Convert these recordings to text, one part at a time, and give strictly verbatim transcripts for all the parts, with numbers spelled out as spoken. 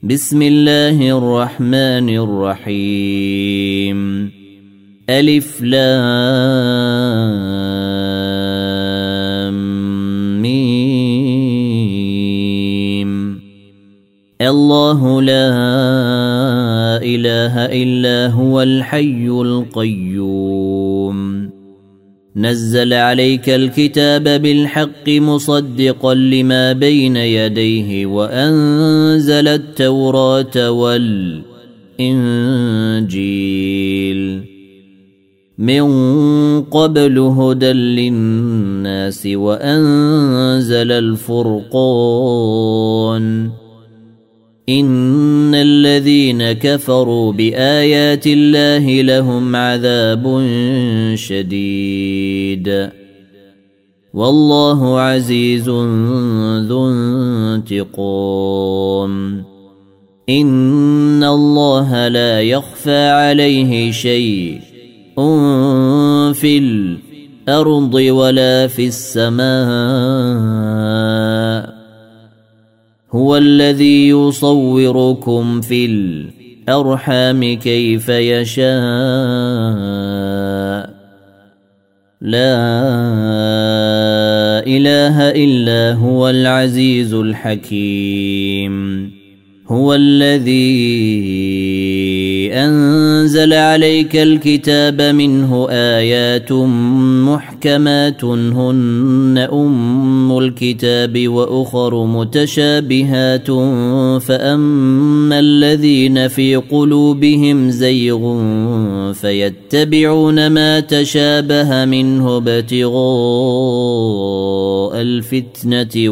بسم الله الرحمن الرحيم ألف لام ميم الله لا إله إلا هو الحي القيوم نزل عليك الكتاب بالحق مصدقا لما بين يديه وأنزل التوراة والإنجيل من قبل هدى للناس وأنزل الفرقان إن الذين كفروا بآيات الله لهم عذاب شديد والله عزيز ذو انتقام إن الله لا يخفى عليه شيء في الأرض ولا في السماء هو الذي يصوركم في الأرحام كيف يشاء لا إله إلا هو العزيز الحكيم هو الذي أنزل عليك الكتاب منه آيات محكمات هن أم الكتاب وأخر متشابهات فأما الذين في قلوبهم زيغ فيتبعون ما تشابه منه ابتغاء الفتنة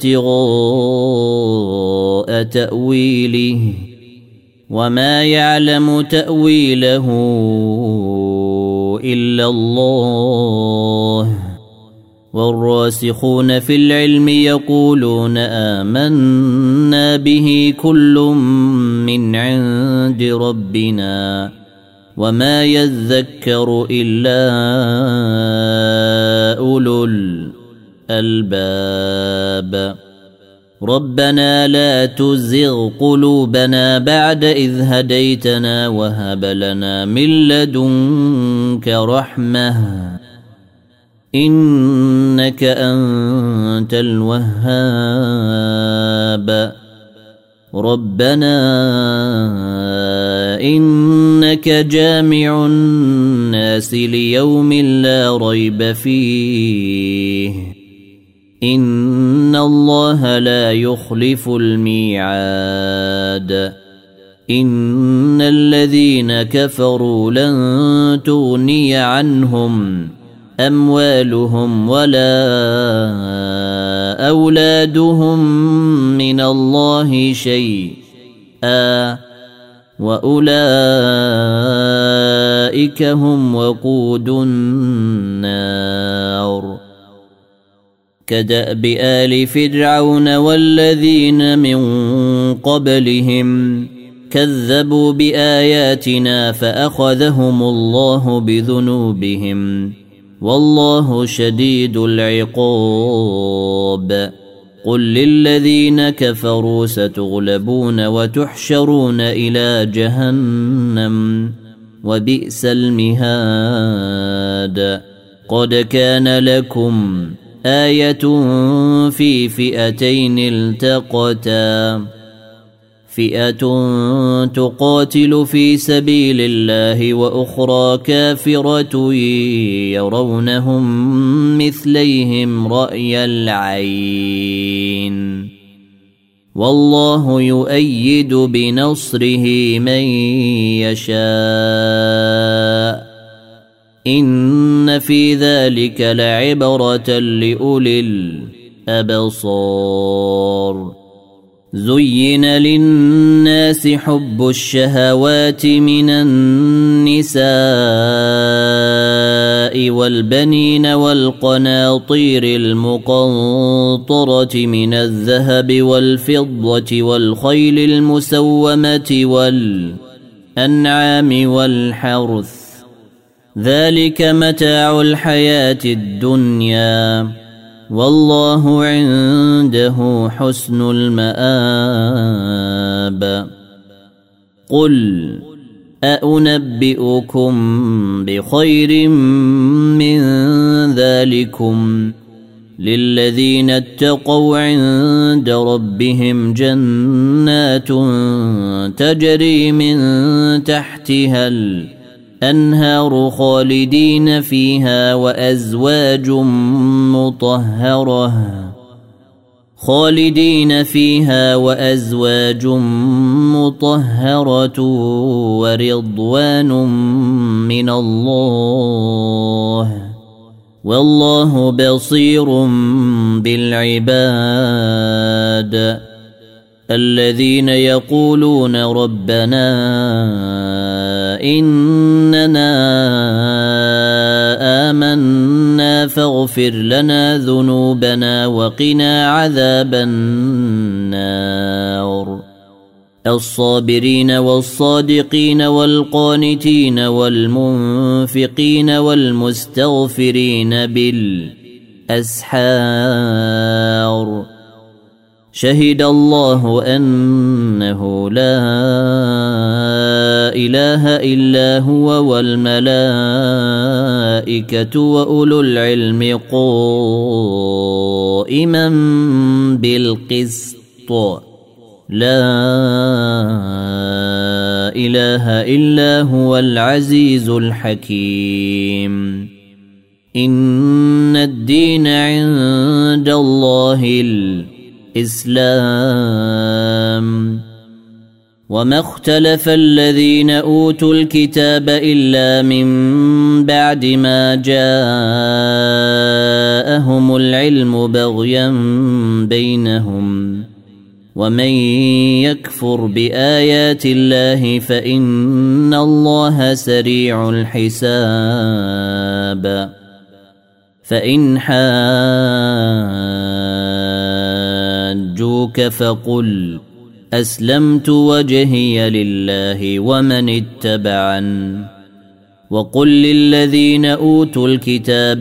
وابتغاء تأويله وما يعلم تأويله إلا الله والراسخون في العلم يقولون آمنا به كل من عند ربنا وما يذكر إلا أولو الألباب ربنا لا تزغ قلوبنا بعد إذ هديتنا وهب لنا من لدنك رحمة إنك أنت الوهاب ربنا إنك جامع الناس ليوم لا ريب فيه إن الله لا يخلف الميعاد إن الذين كفروا لن تغني عنهم أموالهم ولا أولادهم من الله شيئا وأولئك هم وقود النار كدأب آل فرعون والذين من قبلهم كذبوا بآياتنا فأخذهم الله بذنوبهم والله شديد العقاب قل للذين كفروا ستغلبون وتحشرون إلى جهنم وبئس المهاد قد كان لكم آية في فئتين التقتا فئة تقاتل في سبيل الله وأخرى كافرة يرونهم مثليهم رأي العين والله يؤيد بنصره من يشاء إن في ذلك لعبرة لأولي الأبصار زين للناس حب الشهوات من النساء والبنين والقناطير المقنطرة من الذهب والفضة والخيل المسومة والأنعام والحرث ذلك متاع الحياة الدنيا والله عنده حسن المآب. قل أأنبئكم بخير من ذلكم للذين اتقوا عند ربهم جنات تجري من تحتها الأنهار خالدين فيها وأزواج مطهرة خالدين فيها وأزواج مطهرة ورضوان من الله والله بصير بالعباد. الذين يقولون ربنا إننا آمنا فاغفر لنا ذنوبنا وقنا عذاب النار. الصابرين والصادقين والقانتين والمنفقين والمستغفرين بالأسحار. شهد الله أنه لا إله إلا هو والملائكة وأولو العلم قائما بالقسط. لا إله إلا هو العزيز الحكيم. إن الدين عند الله الإسلام وما اختلف الذين أوتوا الكتاب إلا من بعد ما جاءهم العلم بغيا بينهم ومن يكفر بآيات الله فإن الله سريع الحساب. فإن حاجوك فقل أسلمت وجهي لله ومن اتبعن وقل للذين أوتوا الكتاب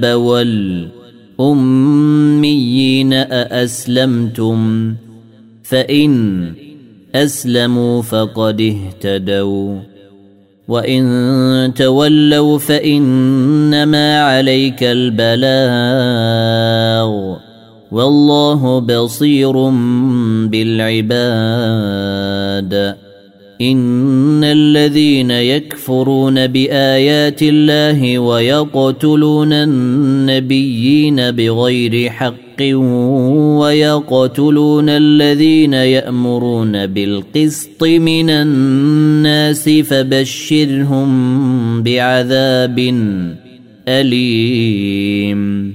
والأميين أأسلمتم فإن أسلموا فقد اهتدوا وإن تولوا فإنما عليك البلاغ والله بصير بالعباد. إن الذين يكفرون بآيات الله ويقتلون النبيين بغير حق ويقتلون الذين يأمرون بالقسط من الناس فبشرهم بعذاب أليم.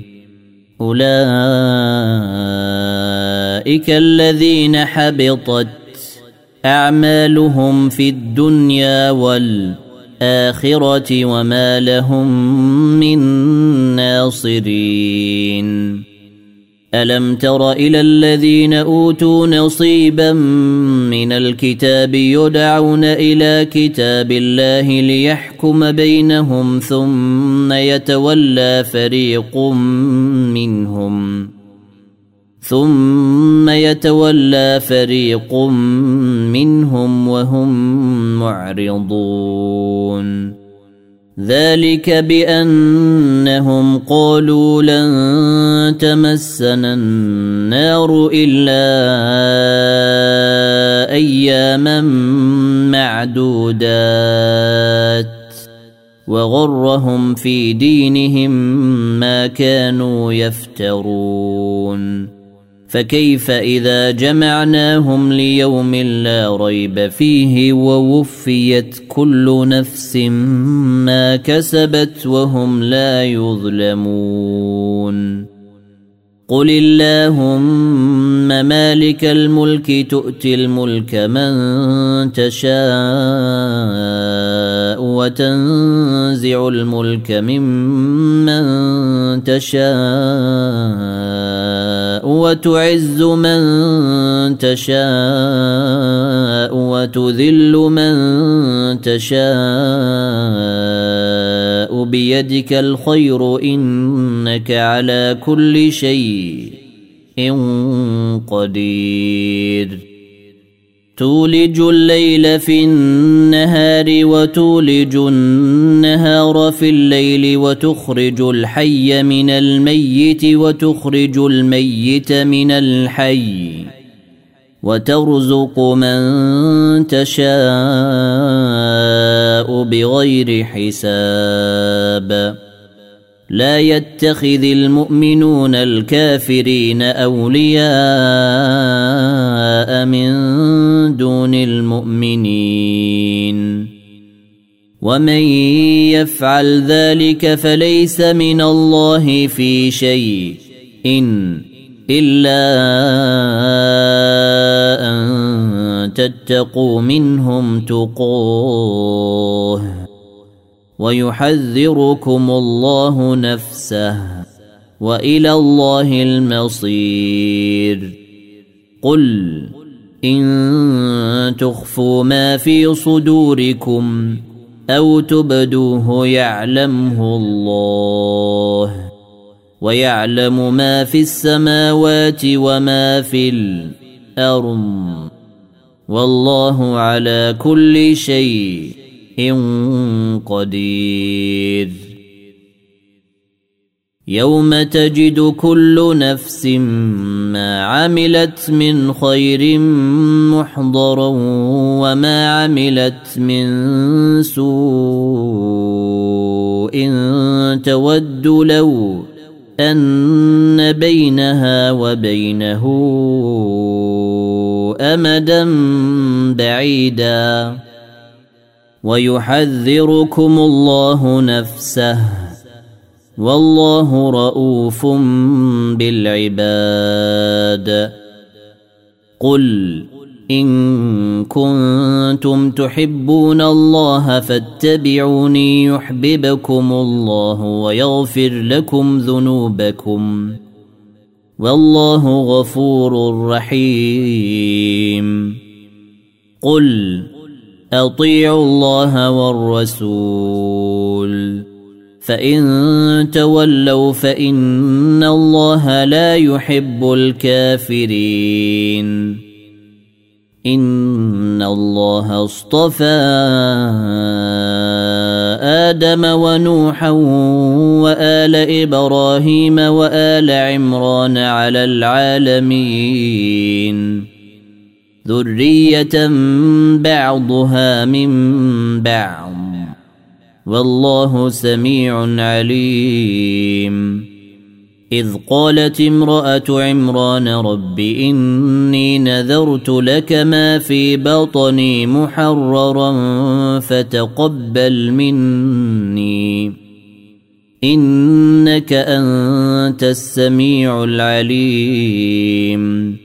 أولئك الذين حبطت أعمالهم في الدنيا والآخرة وما لهم من ناصرين. ألم تر إلى الذين أوتوا نصيبا من الكتاب يدعون إلى كتاب الله ليحكم بينهم ثم يتولى فريق منهم ثم يتولى فريق منهم وهم معرضون. ذلك بأنهم قالوا لن تمسنا النار إلا أياما معدودات وغرهم في دينهم ما كانوا يفترون. فكيف إذا جمعناهم ليوم لا ريب فيه ووفيت كل نفس ما كسبت وهم لا يظلمون. قل اللهم مالك الملك تؤتي الملك من تشاء وتنزع الملك ممن تشاء وتعز من تشاء وتذل من تشاء بيدك الخير إنك على كل شيء قدير تولج الليل في النهار وتولج النهار في الليل وتخرج الحي من الميت وتخرج الميت من الحي وترزق من تشاء بغير حساب لا يتخذ المؤمنون الكافرين أولياء من دون المؤمنين ومن يفعل ذلك فليس من الله في شيء إن إلا أن تتقوا منهم تقوه ويحذركم الله نفسه وإلى الله المصير قل إن تخفوا ما في صدوركم أو تبدوه يعلمه الله ويعلم ما في السماوات وما في الأرض والله على كل شيء قدير يوم تجد كل نفس ما عملت من خير محضرا وما عملت من سوء تود لو أن بينها وبينه أمدا بعيدا ويحذركم الله نفسه والله رؤوف بالعباد قل إن كنتم تحبون الله فاتبعوني يحببكم الله ويغفر لكم ذنوبكم والله غفور رحيم قل أطيعوا الله والرسول فإن تولوا فإن الله لا يحب الكافرين إن الله اصطفى آدم ونوحا وآل إبراهيم وآل عمران على العالمين ذرية بعضها من بعض والله سميع عليم إذ قالت امرأة عمران رب إني نذرت لك ما في بطني محررا فتقبل مني إنك أنت السميع العليم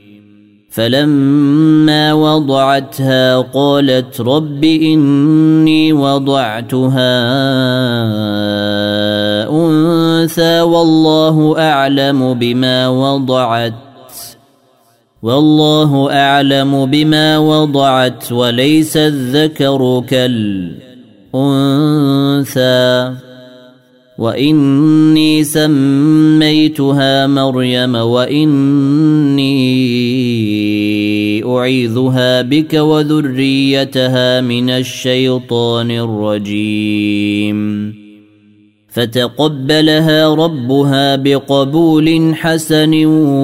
فلما وضعتها قالت رب إني وضعتها أنثى والله أعلم بما وضعت والله أعلم بما وضعت وليس الذكر كالأنثى وإني سميتها مريم وإني أعيذها بك وذريتها من الشيطان الرجيم فتقبلها ربها بقبول حسن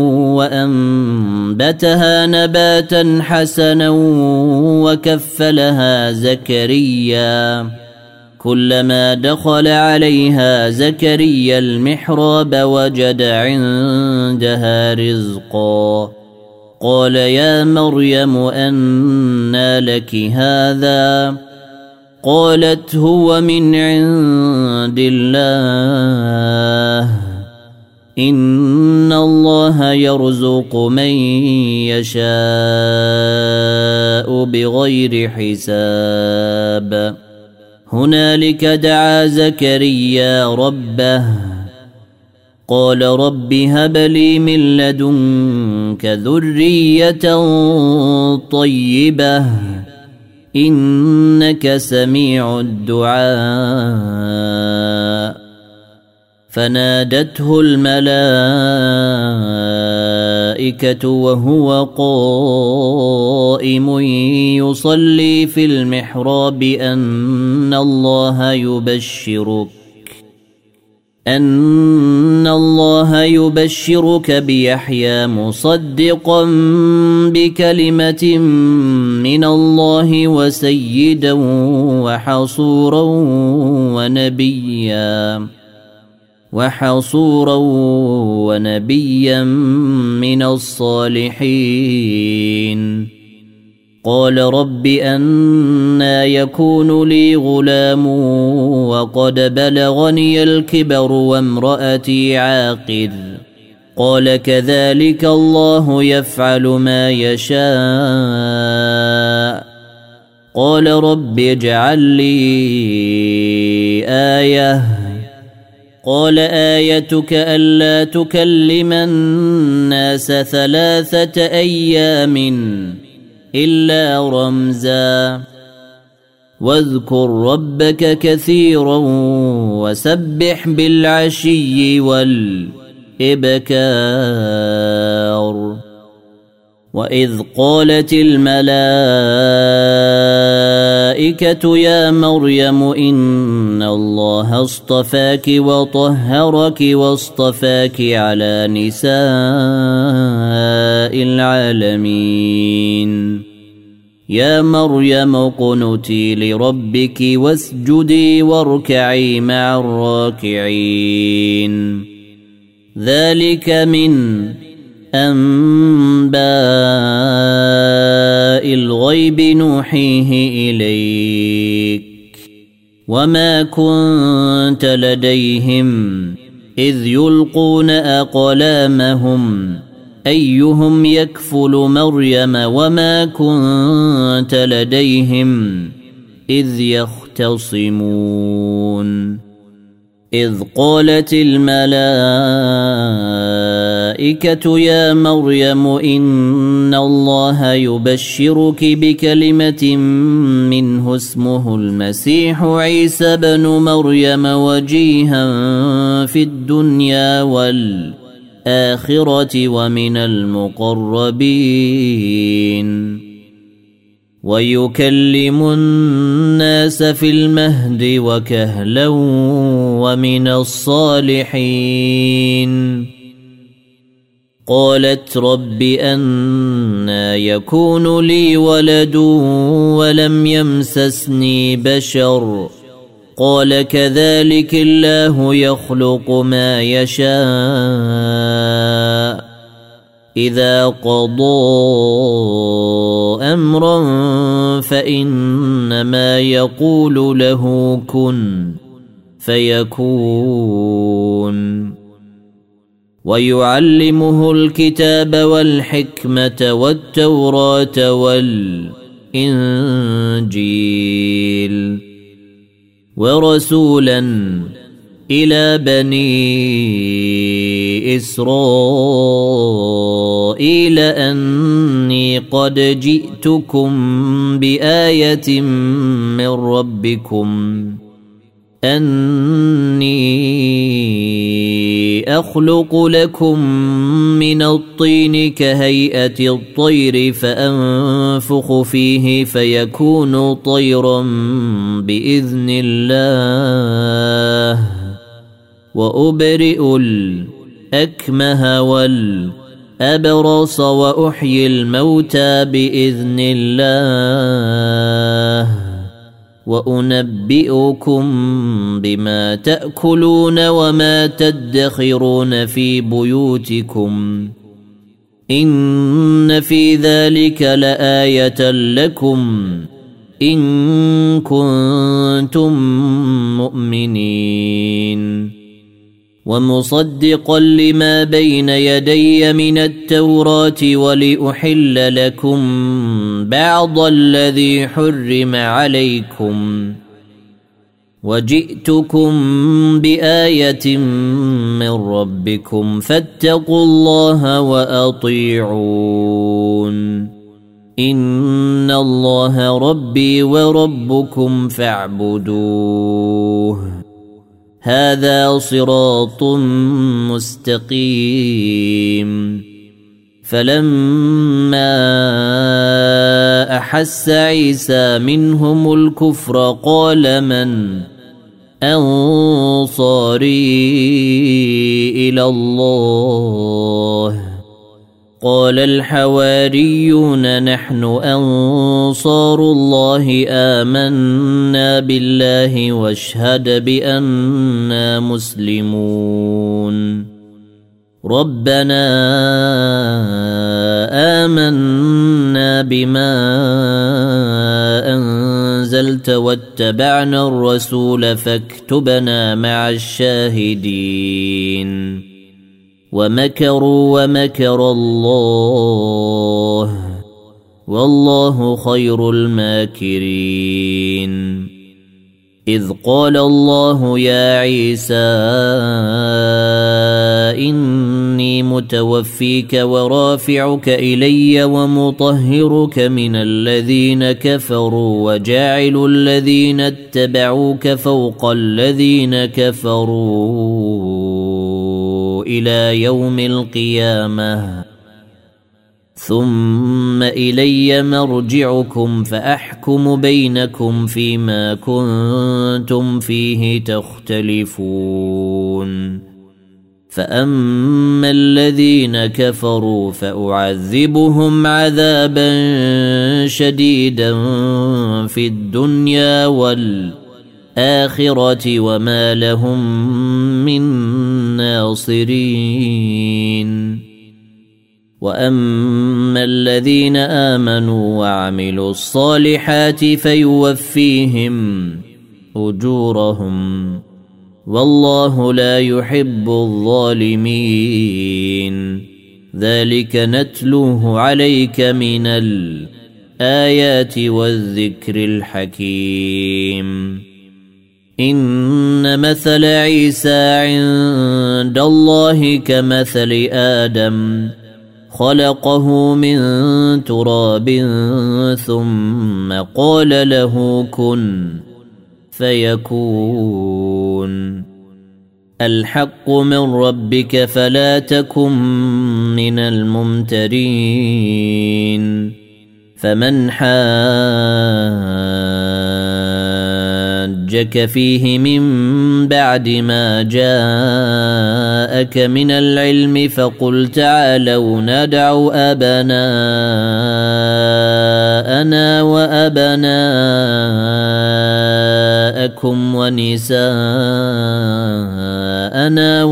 وأنبتها نباتا حسنا وكفلها زكريا كلما دخل عليها زكريا المحراب وجد عندها رزقا قال يا مريم أنى لك هذا قالت هو من عند الله إن الله يرزق من يشاء بغير حساب هنالك دعا زكريا ربه قال رب هب لي من لدنك ذرية طيبة إنك سميع الدعاء فنادته الملائكة وهو قائم يصلي في المحراب أن الله يبشرك أن الله يبشرك بيحيى مصدقا بكلمة من الله وسيدا وحصورا ونبيا وحصورا ونبيا من الصالحين. قال رب أنى يكون لي غلام وقد بلغني الكبر وامرأتي عاقر قال كذلك الله يفعل ما يشاء. قال رب اجعل لي آية قال آيتك ألا تكلم الناس ثلاثة أيام إلا رمزا واذكر ربك كثيرا وسبح بالعشي والإبكار. وإذ قالت الملائكة يا مريم إن الله اصطفاك وطهرك واصطفاك على نساء العالمين. يا مريم اقنتي لربك واسجدي واركعي مع الراكعين. ذلك من أنباء الغيب نوحيه إليك وما كنت لديهم إذ يلقون أقلامهم أيهم يكفل مريم وما كنت لديهم إذ يختصمون. إذ قالت الملائكة يا مريم إن الله يبشرك بكلمة منه اسمه المسيح عيسى بن مريم وجيها في الدنيا والآخرة ومن المقربين ويكلم الناس في المهد وكهلا ومن الصالحين. قالت رب أنى يكون لي ولد ولم يمسسني بشر قال كذلك الله يخلق ما يشاء إذا قضى أمرا فإنما يقول له كن فيكون. ويعلمه الكتاب والحكمة والتوراة والإنجيل ورسولا إلى بني إسرائيل أني قد جئتكم بآية من ربكم أني أخلق لكم من الطين كهيئة الطير فأنفخ فيه فيكون طيرا بإذن الله وأبرئ الأكمه والأبرص وأحيي الموتى بإذن الله وأنبئكم بما تأكلون وما تدخرون في بيوتكم إن في ذلك لآية لكم إن كنتم مؤمنين. ومصدقا لما بين يدي من التوراة ولأحل لكم بعض الذي حرم عليكم وجئتكم بآية من ربكم فاتقوا الله وأطيعون. إن الله ربي وربكم فاعبدوه هذا صراط مستقيم. فلما أحس عيسى منهم الكفر قال من أنصاري إلى الله قال الحواريون نحن أنصار الله آمنا بالله واشهد بأننا مسلمون. ربنا آمنا بما أنزلت واتبعنا الرسول فاكتبنا مع الشاهدين. ومكروا ومكر الله والله خير الماكرين. إذ قال الله يا عيسى إني متوفيك ورافعك إلي ومطهرك من الذين كفروا وجاعل الذين اتبعوك فوق الذين كفروا إلى يوم القيامة ثم إلي مرجعكم فأحكم بينكم فيما كنتم فيه تختلفون. فأما الذين كفروا فأعذبهم عذابا شديدا في الدنيا والآخرة وما لهم من ناصرين. وأما الذين آمنوا وعملوا الصالحات فيوفيهم أجورهم والله لا يحب الظالمين. ذلك نتلوه عليك من الآيات والذكر الحكيم. إن مثل عيسى عند الله كمثل آدم خلقه من تراب ثم قال له كن فيكون. الحق من ربك فلا تكن من الممترين. فمن حاجك فيه من بعد ما جاءك من العلم فقل تعالوا ندع أبناءنا وأبناءكم ونساءنا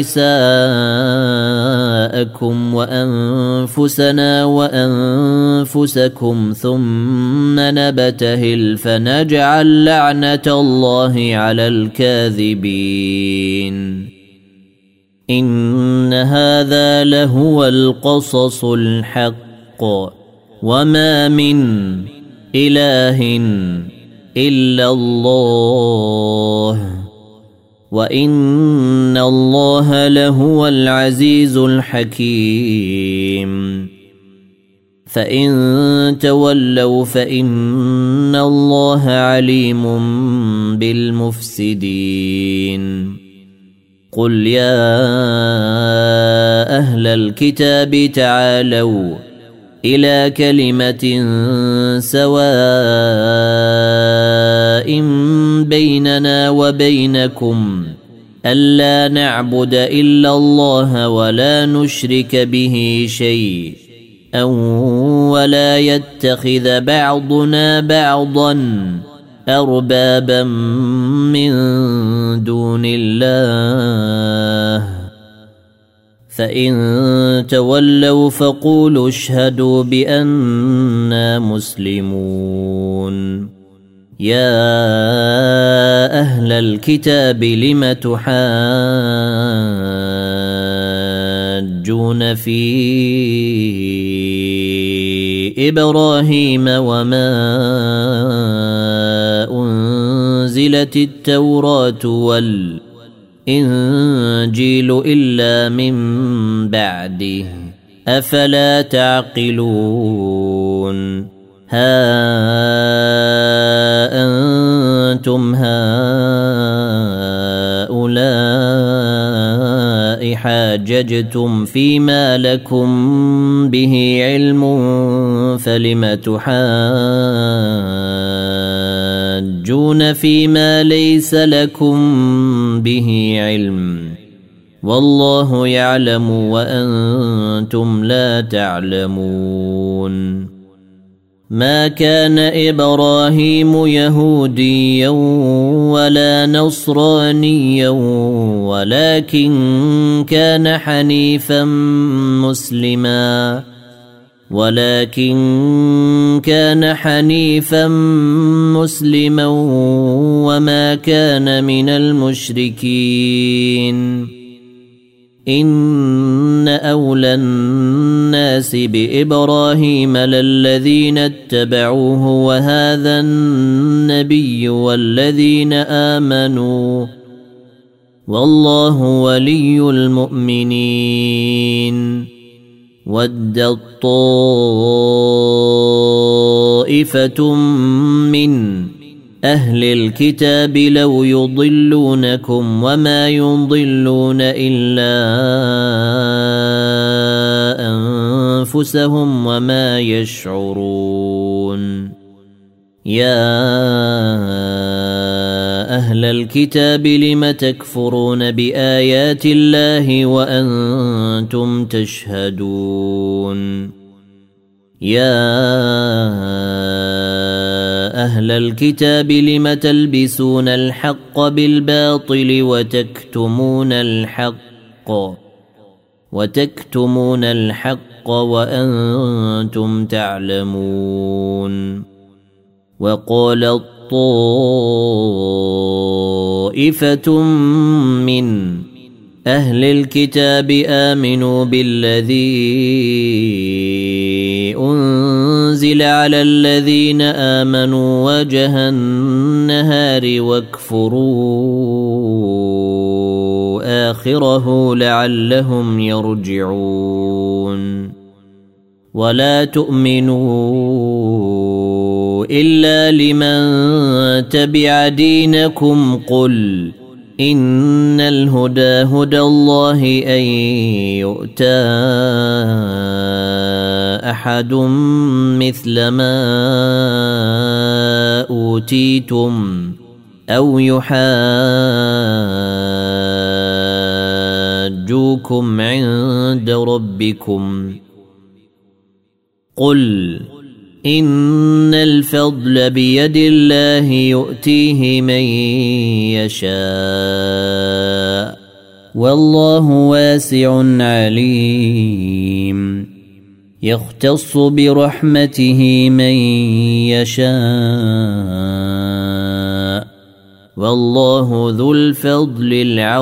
ونساءكم وأنفسنا وأنفسكم ثم نبتهل فنجعل لعنة الله على الكاذبين. إن هذا لهو القصص الحق وما من إله إلا الله وإن الله لهو العزيز الحكيم. فإن تولوا فإن الله عليم بالمفسدين. قل يا أهل الكتاب تعالوا إلى كلمة سواء بيننا وبينكم ألا نعبد إلا الله ولا نشرك به شيء أو ولا يتخذ بعضنا بعضا أربابا من دون الله. فإن تولوا فقولوا اشهدوا بأننا مسلمون. يا أهل الكتاب لم تحاجون في إبراهيم وما أنزلت التوراة والإنجيل إلا من بعده أفلا تعقلون. ها أنتم هؤلاء حاججتم فيما لكم به علم فلم تحاجون فيما ليس لكم به علم والله يعلم وأنتم لا تعلمون ما كان إبراهيم يهوديا ولا نصرانيا ولكن كان حنيفا مسلما ولكن كان حنيفا مسلما وما كان من المشركين إن أولى الناس بإبراهيم للذين اتبعوه وهذا النبي والذين آمنوا والله ولي المؤمنين ودت طائفة من أهل الكتاب لو يضلونكم وما يضلون إلا أنفسهم وما يشعرون يا أهل الكتاب لم تكفرون بآيات الله وأنتم تشهدون يا أهل الكتاب لم تلبسون الحق بالباطل وتكتمون الحق وتكتمون الحق وأنتم تعلمون وقال طائفة من أهل الكتاب آمنوا بالذي أنزل على الذين آمنوا وجه النهار واكفروا آخره لعلهم يرجعون ولا تؤمنوا إلا لمن تبع دينكم قل إن الهدى هدى الله أن يؤتى أحد مثل ما أوتيتم أو يحاجوكم عند ربكم قل إن الفضل بيد الله يؤتيه من يشاء والله واسع عليم يختص برحمته من يشاء والله ذو الفضل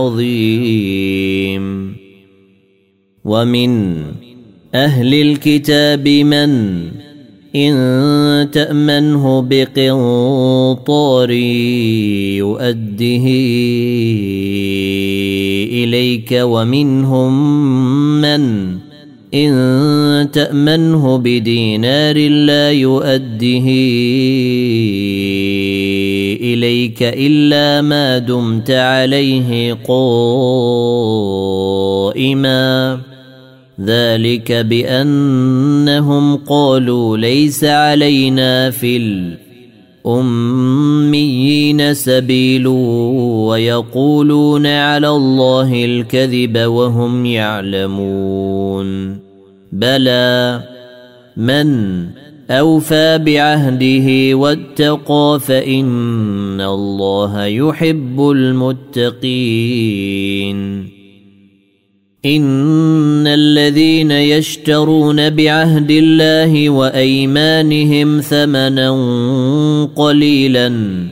العظيم ومن أهل الكتاب من إن تأمنه بقنطار يؤده إليك ومنهم من إن تأمنه بدينار لا يؤده إليك إلا ما دمت عليه قائما ذلك بأنهم قالوا ليس علينا في الأميين سبيل ويقولون على الله الكذب وهم يعلمون بلى من أوفى بعهده واتقى فإن الله يحب المتقين إن الذين يشترون بعهد الله وأيمانهم ثمنا قليلا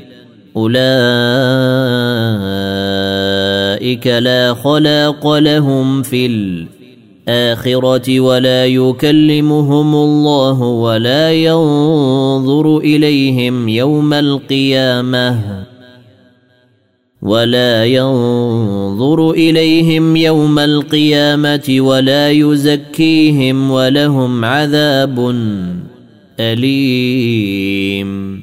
أولئك لا خلاق لهم في الآخرة ولا يكلمهم الله ولا ينظر إليهم يوم القيامة ولا ينظر إليهم يوم القيامة ولا يزكيهم ولهم عذاب أليم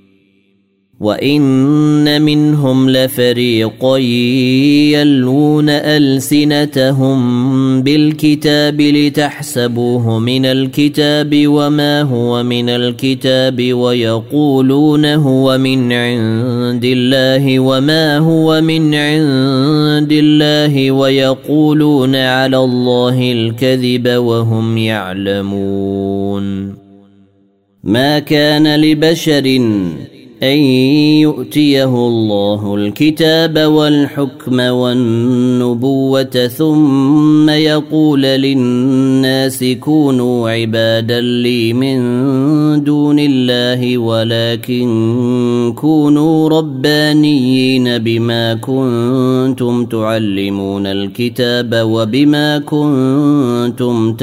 وإن منهم لفريقا يلون ألسنتهم بالكتاب لتحسبوه من الكتاب وما هو من الكتاب ويقولون هو من عند الله وما هو من عند الله ويقولون على الله الكذب وهم يعلمون. ما كان لبشر أن يؤتيه الله الكتاب والحكم والنبوة ثم يقول للناس كونوا عبادا لي من دون الله ولكن كونوا ربانيين بما كنتم تعلمون الكتاب وبما كنتم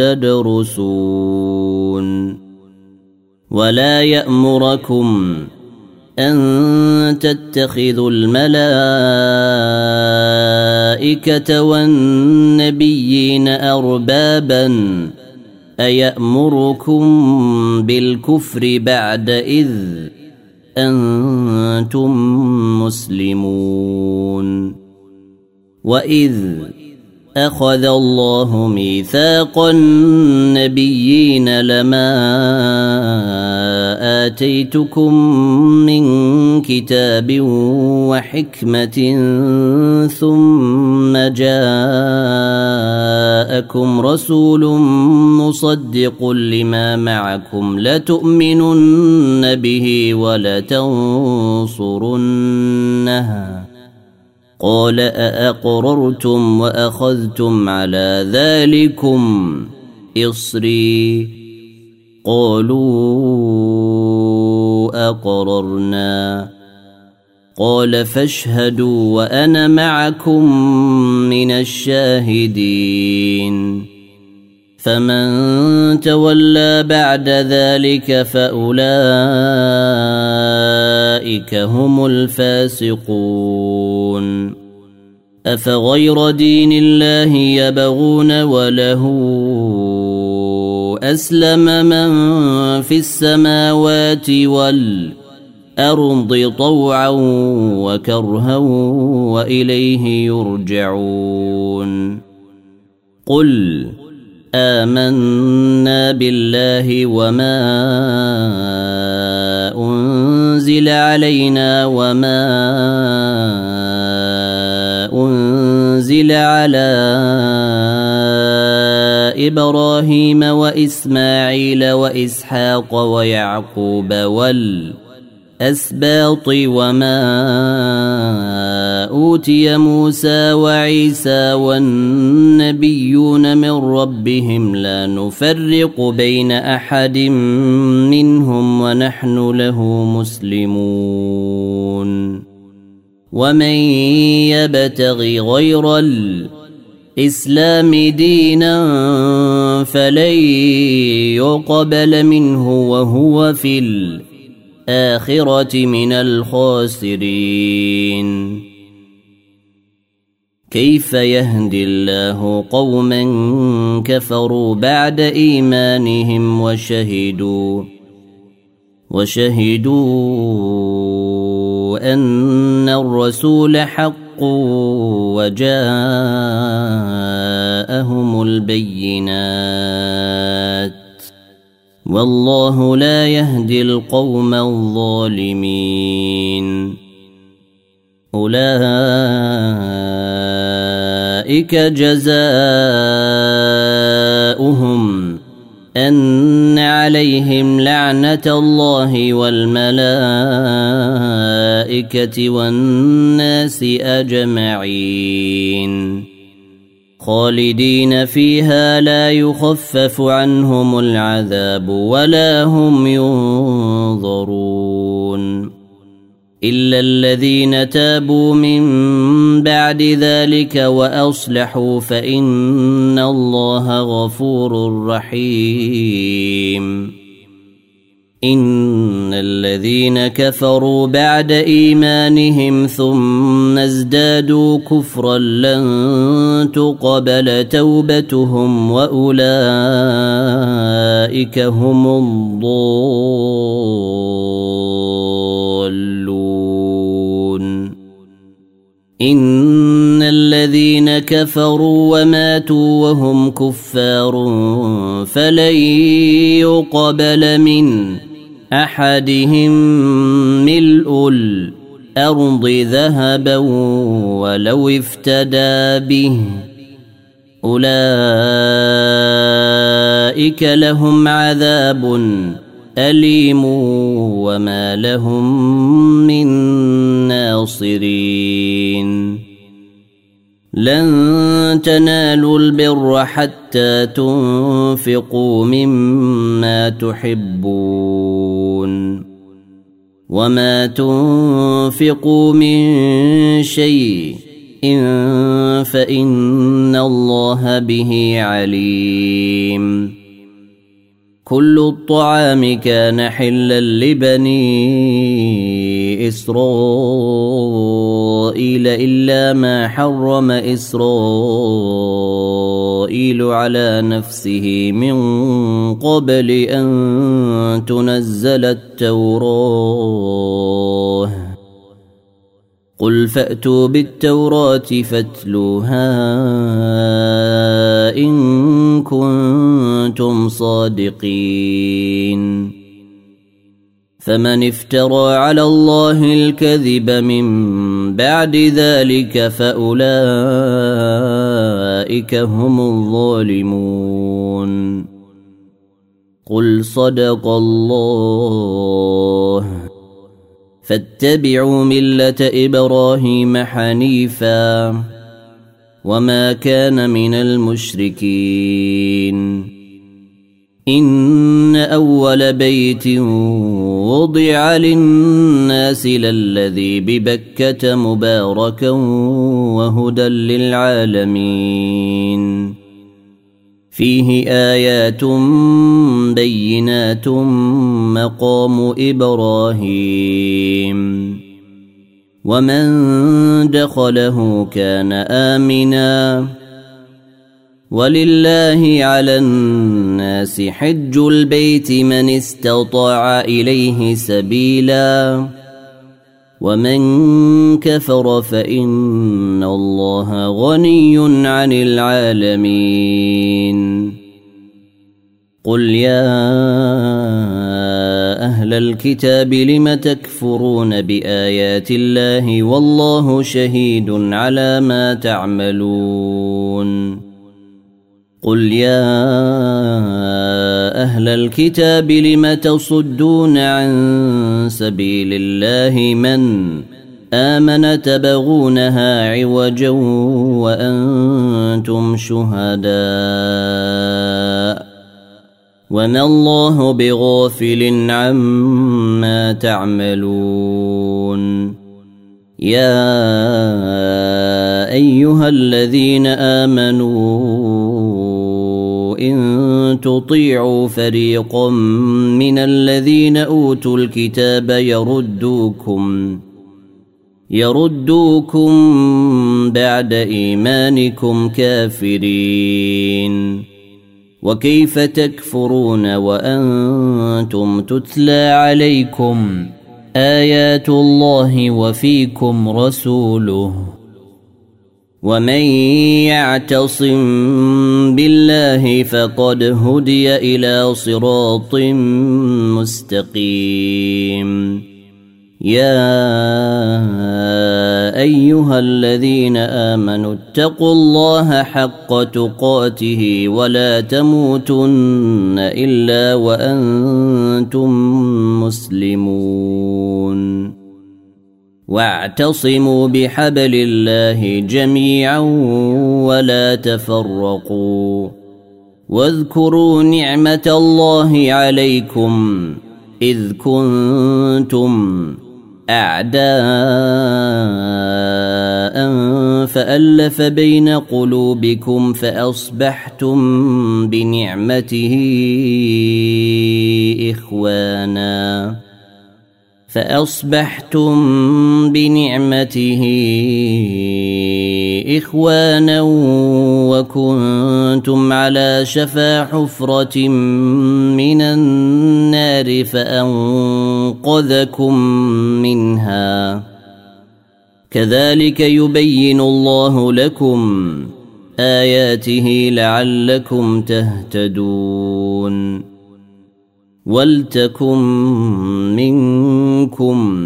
تدرسون. ولا يأمركم أن تتخذوا الملائكة والنبيين أربابا أيأمركم بالكفر بعد إذ أنتم مسلمون. وإذ أخذ الله ميثاق النبيين لما آتيتكم من كتاب وحكمة ثم جاءكم رسول مصدق لما معكم لتؤمنن به ولتنصرنه قال أأقررتم وأخذتم على ذلكم إصري قالوا أقررنا قال فاشهدوا وأنا معكم من الشاهدين. فمن تولى بعد ذلك فأولئك هم الفاسقون. أفغير دين الله يبغون وله أسلم من في السماوات والأرض طوعا وكرها وإليه يرجعون. قل آمنا بالله وما أنزل علينا وما أنزل على إبراهيم وإسماعيل وإسحاق ويعقوب والأسباط وما أوتي موسى وعيسى والنبيون من ربهم لا نفرق بين أحد منهم ونحن له مسلمون. ومن يبتغ غير الإسلام دينا فلن يقبل منه وهو في الآخرة من الخاسرين. كيف يهدي الله قوما كفروا بعد إيمانهم وشهدوا وشهدوا أن الرسول حق وجاءهم البينات والله لا يهدي القوم الظالمين. أولئك جزاؤهم أن عليهم لعنة الله والملائكة والناس أجمعين خالدين فيها لا يخفف عنهم العذاب ولا هم ينظرون إلا الذين تابوا من بعد ذلك وأصلحوا فإن الله غفور رحيم. إن الذين كفروا بعد إيمانهم ثم ازدادوا كفرا لن تقبل توبتهم وأولئك هم الضالون. إن الذين كفروا وماتوا وهم كفار فلن يقبل من أحدهم ملء الأرض ذهبا ولو افتدى به أولئك لهم عذاب أليم وما لهم من ناصرين. لن تنالوا البر حتى تنفقوا مما تحبون وما تنفقوا من شيء فإن الله به عليم. كل الطعام كان حلا لبني إسرائيل إلا ما حرم إسرائيل على نفسه من قبل أن تنزل التوراة. قل فأتوا بالتوراة فاتلوها إن كنتم صادقين. فمن افترى على الله الكذب من بعد ذلك فأولئك هم الظالمون. قل صدق الله فاتبعوا ملة إبراهيم حنيفا وما كان من المشركين. إن أول بيت وضع للناس للذي ببكة مباركا وهدى للعالمين. فيه آيات بينات مقام إبراهيم ومن دخله كان آمنا ولله على الناس حج البيت من استطاع إليه سبيلا ومن كفر فإن الله غني عن العالمين. قل يا أهل الكتاب لم تكفرون بآيات الله والله شهيد على ما تعملون. قل يا أهل الكتاب لم تصدون عن سبيل الله من آمن تبغونها عوجا وأنتم شهداء وما الله بغافل عما تعملون. يا أيها الذين آمنوا إن تطيعوا فريقا من الذين أوتوا الكتاب يردوكم يردوكم بعد إيمانكم كافرين. وكيف تكفرون وأنتم تتلى عليكم آيات الله وفيكم رسوله ومن يعتصم بالله فقد هدي إلى صراط مستقيم. يا أيها الذين آمنوا اتقوا الله حق تقاته ولا تموتن إلا وأنتم مسلمون. واعتصموا بحبل الله جميعا ولا تفرقوا. واذكروا نعمة الله عليكم إذ كنتم أعداء فألف بين قلوبكم فأصبحتم بنعمته إخوانا فأصبحتم بنعمته إخوانا وكنتم على شفا حفرة من النار فأنقذكم منها كذلك يبين الله لكم آياته لعلكم تهتدون ولتكن منكم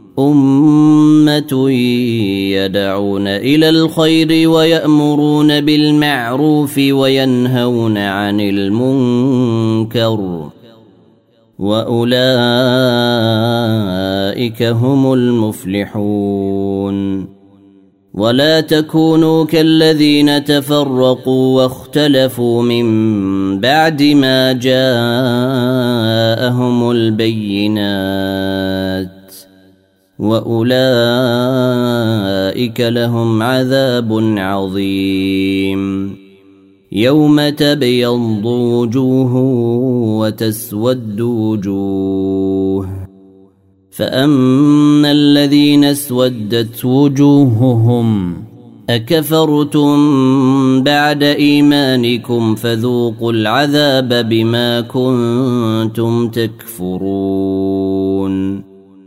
أمة يدعون إلى الخير ويأمرون بالمعروف وينهون عن المنكر وأولئك هم المفلحون ولا تكونوا كالذين تفرقوا واختلفوا من بعد ما جاءهم البينات وأولئك لهم عذاب عظيم يوم تبيض وجوه وتسود وجوه فأما الذين اسودت وجوههم أكفرتم بعد إيمانكم فذوقوا العذاب بما كنتم تكفرون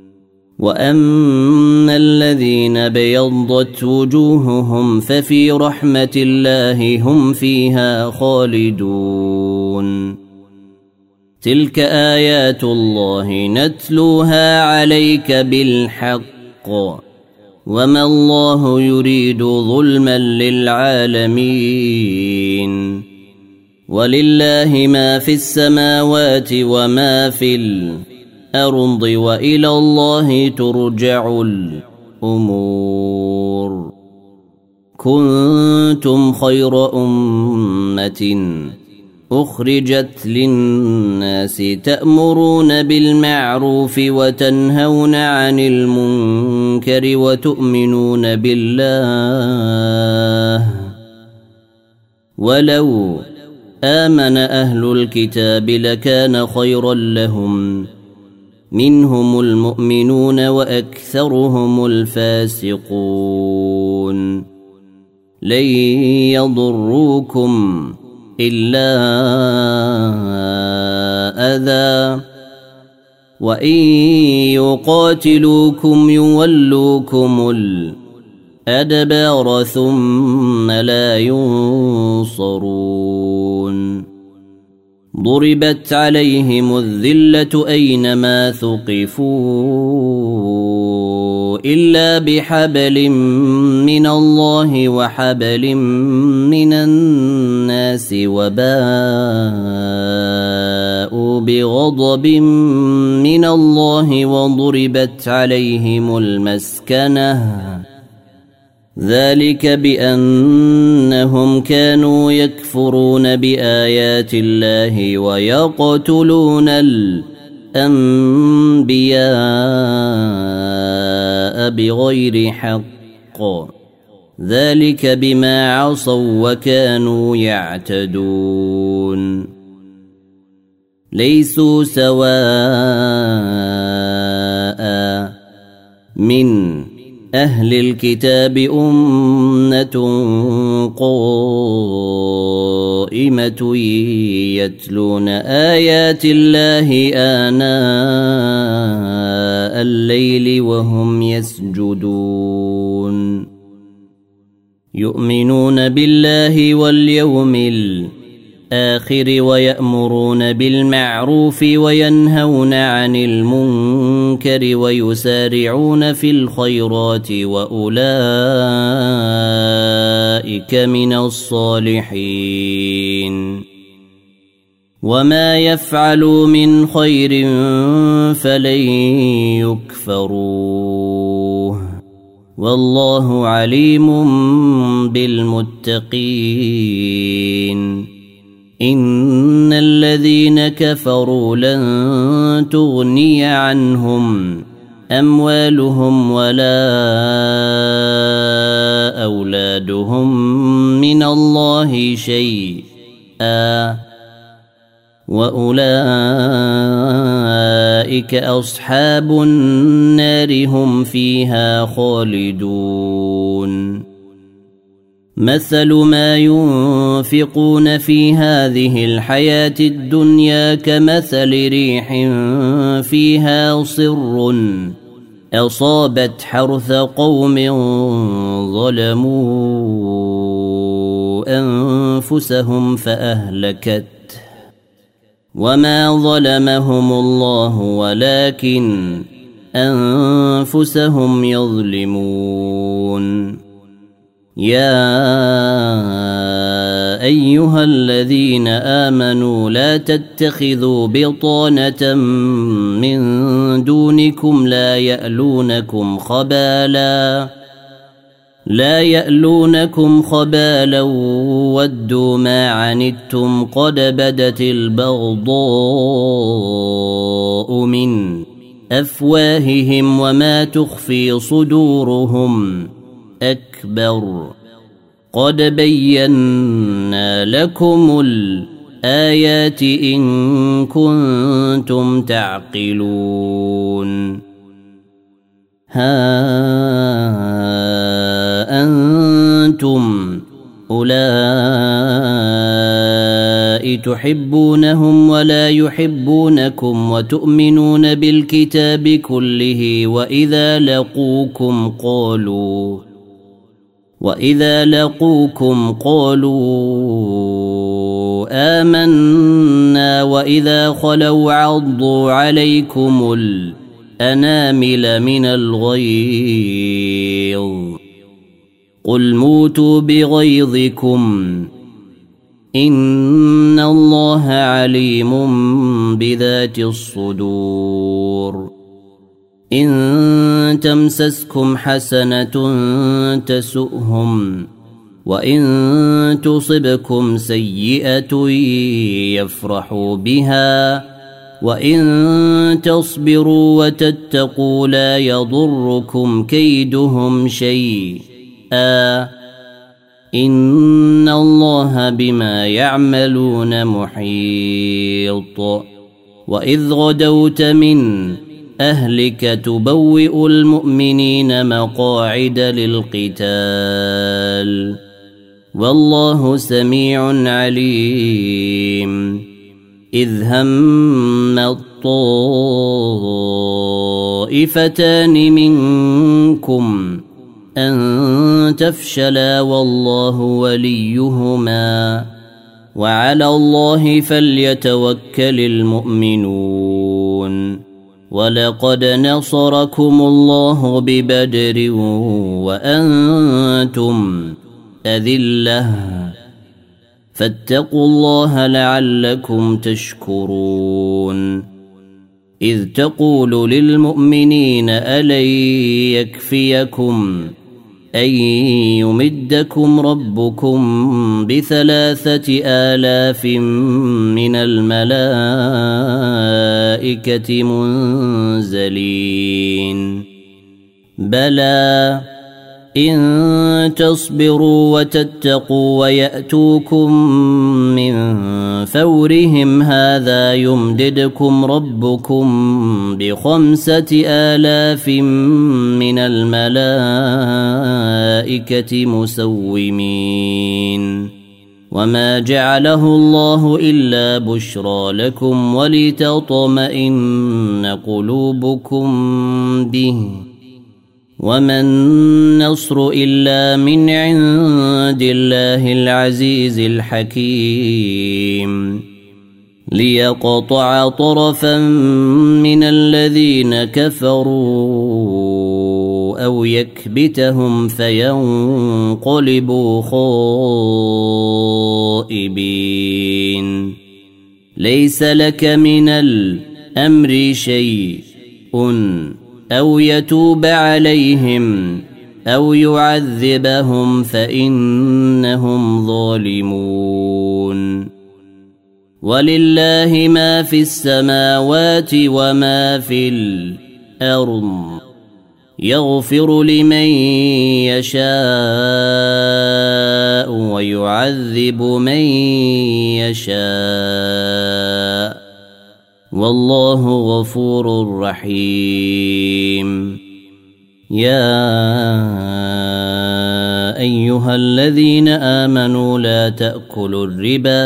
وأما الذين بيضت وجوههم ففي رحمة الله هم فيها خالدون تلك آيات الله نتلوها عليك بالحق وما الله يريد ظلما للعالمين ولله ما في السماوات وما في الأرض وإلى الله ترجع الأمور كنتم خير أمة أخرجت للناس تأمرون بالمعروف وتنهون عن المنكر وتؤمنون بالله ولو آمن أهل الكتاب لكان خيرا لهم منهم المؤمنون وأكثرهم الفاسقون لن يضروكم إلا أذى وإن يقاتلوكم يولوكم الأدبار ثم لا ينصرون ضربت عليهم الذلة أينما ثقفوا إلا بحبل من الله وحبل من الناس وباءوا بغضب من الله وضربت عليهم المسكنة ذلك بأنهم كانوا يكفرون بآيات الله ويقتلون الأنبياء بغير حق ذلك بما عصوا وكانوا يعتدون ليسوا سواء من أهل الكتاب أمة قائمة يتلون آيات الله آناء الليل وهم يسجدون يؤمنون بالله واليوم الآخر ويأمرون بالمعروف وينهون عن المنكر ويسارعون في الخيرات وأولئك من الصالحين وما يفعلوا من خير فلن يكفروه والله عليم بالمتقين إن الذين كفروا لن تغني عنهم أموالهم ولا أولادهم من الله شيئا وأولئك أصحاب النار هم فيها خالدون مثل ما ينفقون في هذه الحياة الدنيا كمثل ريح فيها صر أصابت حرث قوم ظلموا أنفسهم فأهلكت وما ظلمهم الله ولكن أنفسهم يظلمون يا أيها الذين آمنوا لا تتخذوا بطانة من دونكم لا يألونكم خبالا لا يألونكم خبالا ودوا ما عنتم قد بدت البغضاء من أفواههم وما تخفي صدورهم أكبر قد بينا لكم الآيات إن كنتم تعقلون ها أنتم أولئك تحبونهم ولا يحبونكم وتؤمنون بالكتاب كله وإذا لقوكم قالوا وإذا لقوكم قالوا آمنا وإذا خلوا عضوا عليكم الأنامل من الغيظ قل موتوا بغيظكم إن الله عليم بذات الصدور إن تمسسكم حسنة تسؤهم وإن تصبكم سيئة يفرحوا بها وإن تصبروا وتتقوا لا يضركم كيدهم شيئا إن الله بما يعملون محيط وإذ غدوت من أهلك تبوئ المؤمنين مقاعد للقتال والله سميع عليم إذ هم الطائفتان منكم أن تفشلا والله وليهما وعلى الله فليتوكل المؤمنون ولقد نصركم الله ببدر وأنتم أذلة فاتقوا الله لعلكم تشكرون إذ تقول للمؤمنين ألن يكفيكم أن يمدكم ربكم بثلاثة آلاف من الملائكة منزلين بلى إن تصبروا وتتقوا ويأتوكم من فورهم هذا يمددكم ربكم بخمسة آلاف من الملائكة مسومين وما جعله الله إلا بشرى لكم ولتطمئن قلوبكم به وما النصر إلا من عند الله العزيز الحكيم ليقطع طرفا من الذين كفروا أو يكبتهم فينقلبوا خائبين ليس لك من الأمر شيء أو يتوب عليهم أو يعذبهم فإنهم ظالمون ولله ما في السماوات وما في الأرض يغفر لمن يشاء ويعذب من يشاء والله غفور رحيم. يا أيها الذين آمنوا لا تأكلوا الربا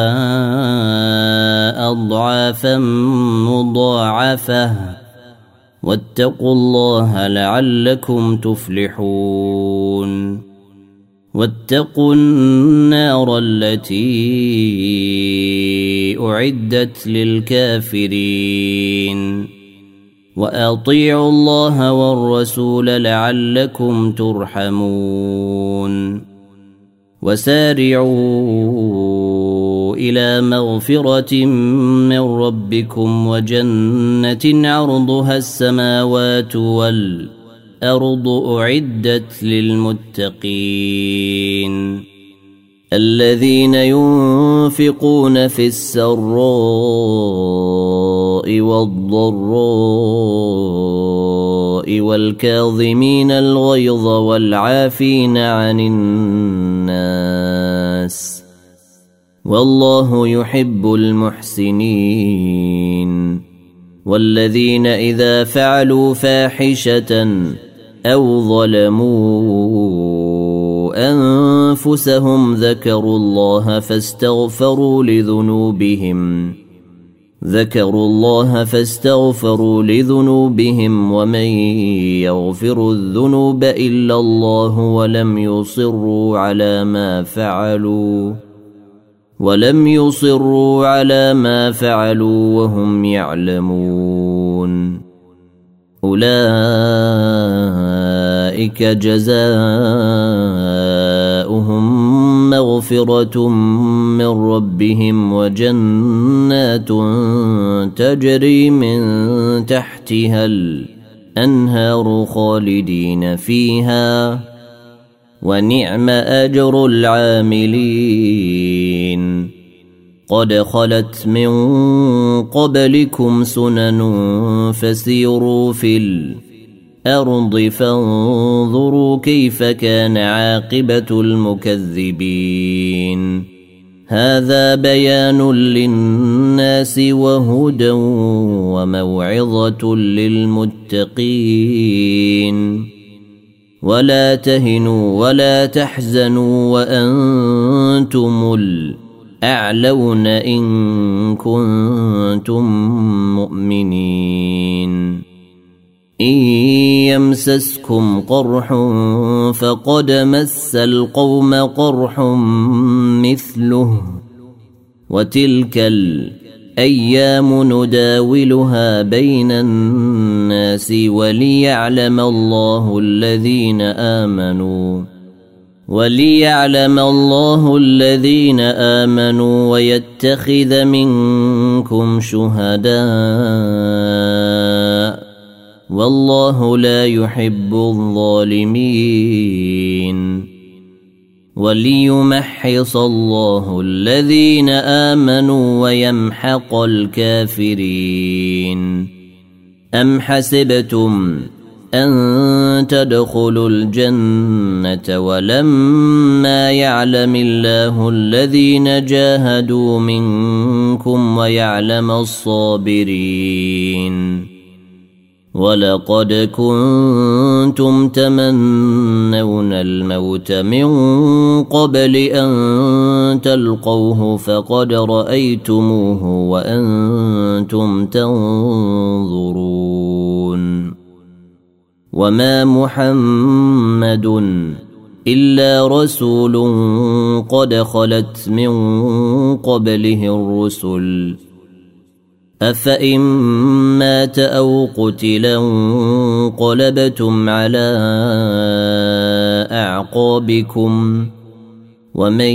أضعافا مضاعفة واتقوا الله لعلكم تفلحون. واتقوا النار التي أعدت للكافرين وأطيعوا الله والرسول لعلكم ترحمون. وسارعوا إلى مغفرة من ربكم وجنة عرضها السماوات والأرض أعدت للمتقين الذين ينفقون في السراء والضراء والكاظمين الغيظ والعافين عن الناس والله يحب المحسنين. والذين إذا فعلوا فاحشة أو ظلموا أنفسهم ذكروا الله فاستغفروا لذنوبهم ذكروا الله فاستغفروا لذنوبهم ومن يغفر الذنوب إلا الله ولم يصروا على ما فعلوا ولم يصروا على ما فعلوا وهم يعلمون أولئك جزاؤهم مغفرة من ربهم وجنات تجري من تحتها الأنهار خالدين فيها ونعم أجر العاملين. قد خلت من قبلكم سنن فسيروا في الأرض فانظروا كيف كان عاقبة المكذبين. هذا بيان للناس وهدى وموعظة للمتقين. ولا تهنوا ولا تحزنوا وأنتم الأعلون إن كنتم مؤمنين. إن يمسسكم قرح فقد مس القوم قرح مثله وتلك الأيام نداولها بين الناس وليعلم الله الذين آمنوا وليعلم الله الذين آمنوا ويتخذ منكم شهداء والله لا يحب الظالمين. وليمحص الله الذين آمنوا ويمحق الكافرين. أم حسبتم أن تدخلوا الجنة ولما يعلم الله الذين جاهدوا منكم ويعلم الصابرين. ولقد كنتم تمنون الموت من قبل أن تلقوه فقد رأيتموه وأنتم تنظرون. وما محمد إلا رسول قد خلت من قبله الرسل أفإن مات أو قتلا انقلبتم على أعقابكم ومن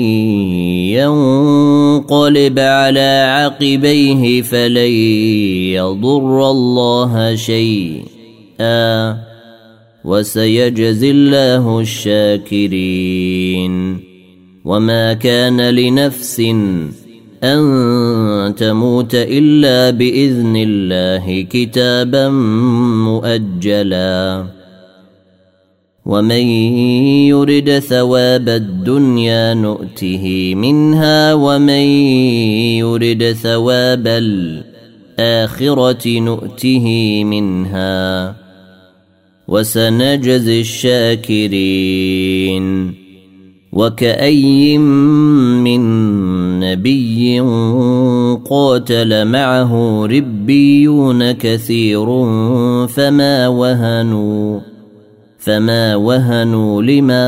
ينقلب على عقبيه فلن يضر الله شيئا وسيجزي الله الشاكرين. وما كان لنفس أن تموت إلا بإذن الله كتابا مؤجلا ومن يرد ثواب الدنيا نؤته منها ومن يرد ثواب الآخرة نؤته منها وسنجزي الشاكرين. وكأي من نبي قاتل معه ربيون كثير فما وهنوا فما وهنوا لما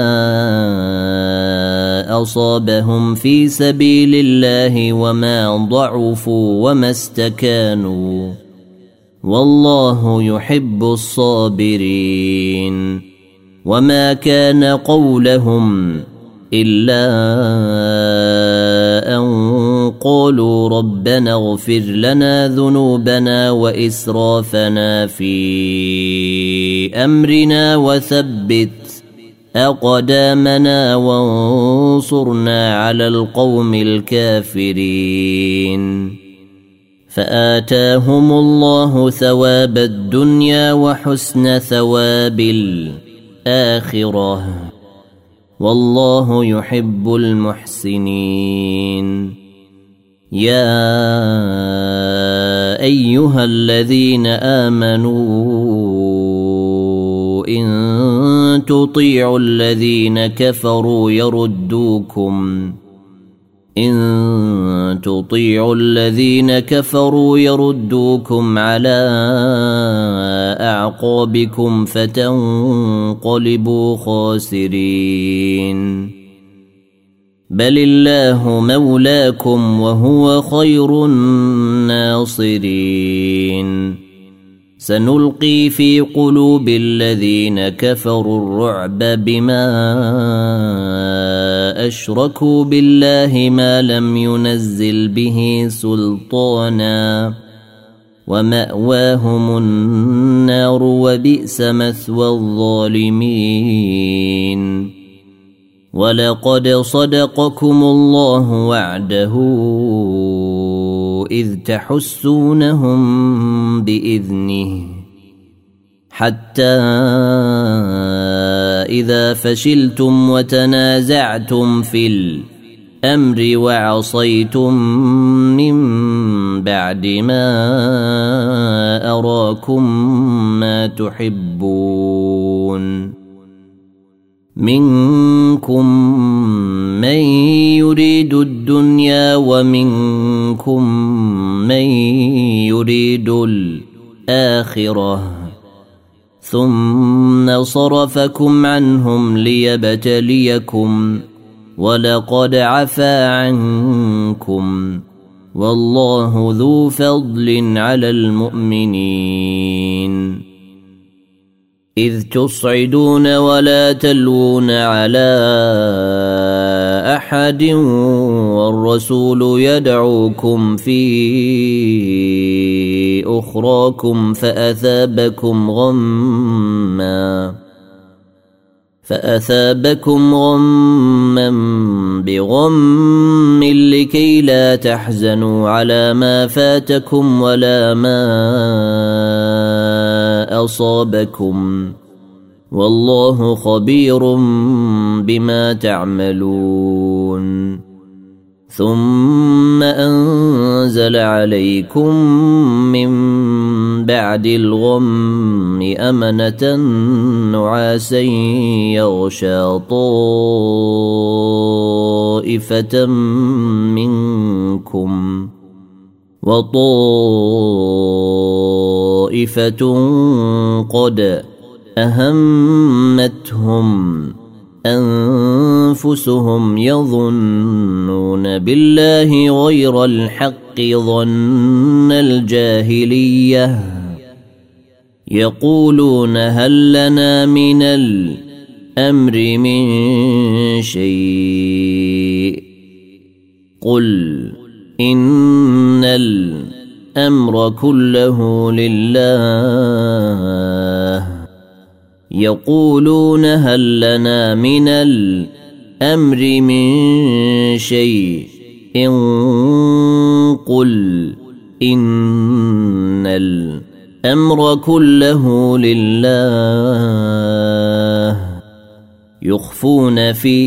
أصابهم في سبيل الله وما ضعفوا وما استكانوا والله يحب الصابرين. وما كان قولهم إلا أن قالوا ربنا اغفر لنا ذنوبنا وإسرافنا في أمرنا وثبت أقدامنا وانصرنا على القوم الكافرين. فآتاهم الله ثواب الدنيا وحسن ثواب الآخرة والله يحب المحسنين. يا أيها الذين آمنوا إن تطيعوا الذين كفروا يردوكم إن تطيعوا الذين كفروا يردوكم على أعقابكم فتنقلبوا خاسرين. بل الله مولاكم وهو خير الناصرين. سنلقي في قلوب الذين كفروا الرعب بما أشركوا بالله ما لم ينزل به سلطانا ومأواهم النار وبئس مثوى الظالمين. ولقد صدقكم الله وعده إذ تحسونهم بإذنه حتى إذا فشلتم وتنازعتم في الأمر وعصيتم من بعد ما أراكم ما تحبون منكم من يريد الدنيا ومنكم من يريد الآخرة ثم صرفكم عنهم ليبتليكم ولقد عفا عنكم والله ذو فضل على المؤمنين. إذ تصعدون ولا تلوون على أحد والرسول يدعوكم في أخراكم فأثابكم غما فأثابكم غما بغم لكي لا تحزنوا على ما فاتكم ولا ما أصابكم والله خبير بما تعملون. ثم أنزل عليكم من بعد الغم أمنة نعاسا يغشى طائفة منكم وطائفة قد أهمتهم أنفسهم يظنون بالله غير الحق ظن الجاهلية يقولون هل لنا من الأمر من شيء قل إن الأمر كله لله يقولون هل لنا من الأمر من شيء قل إن الأمر كله لله ويخفون في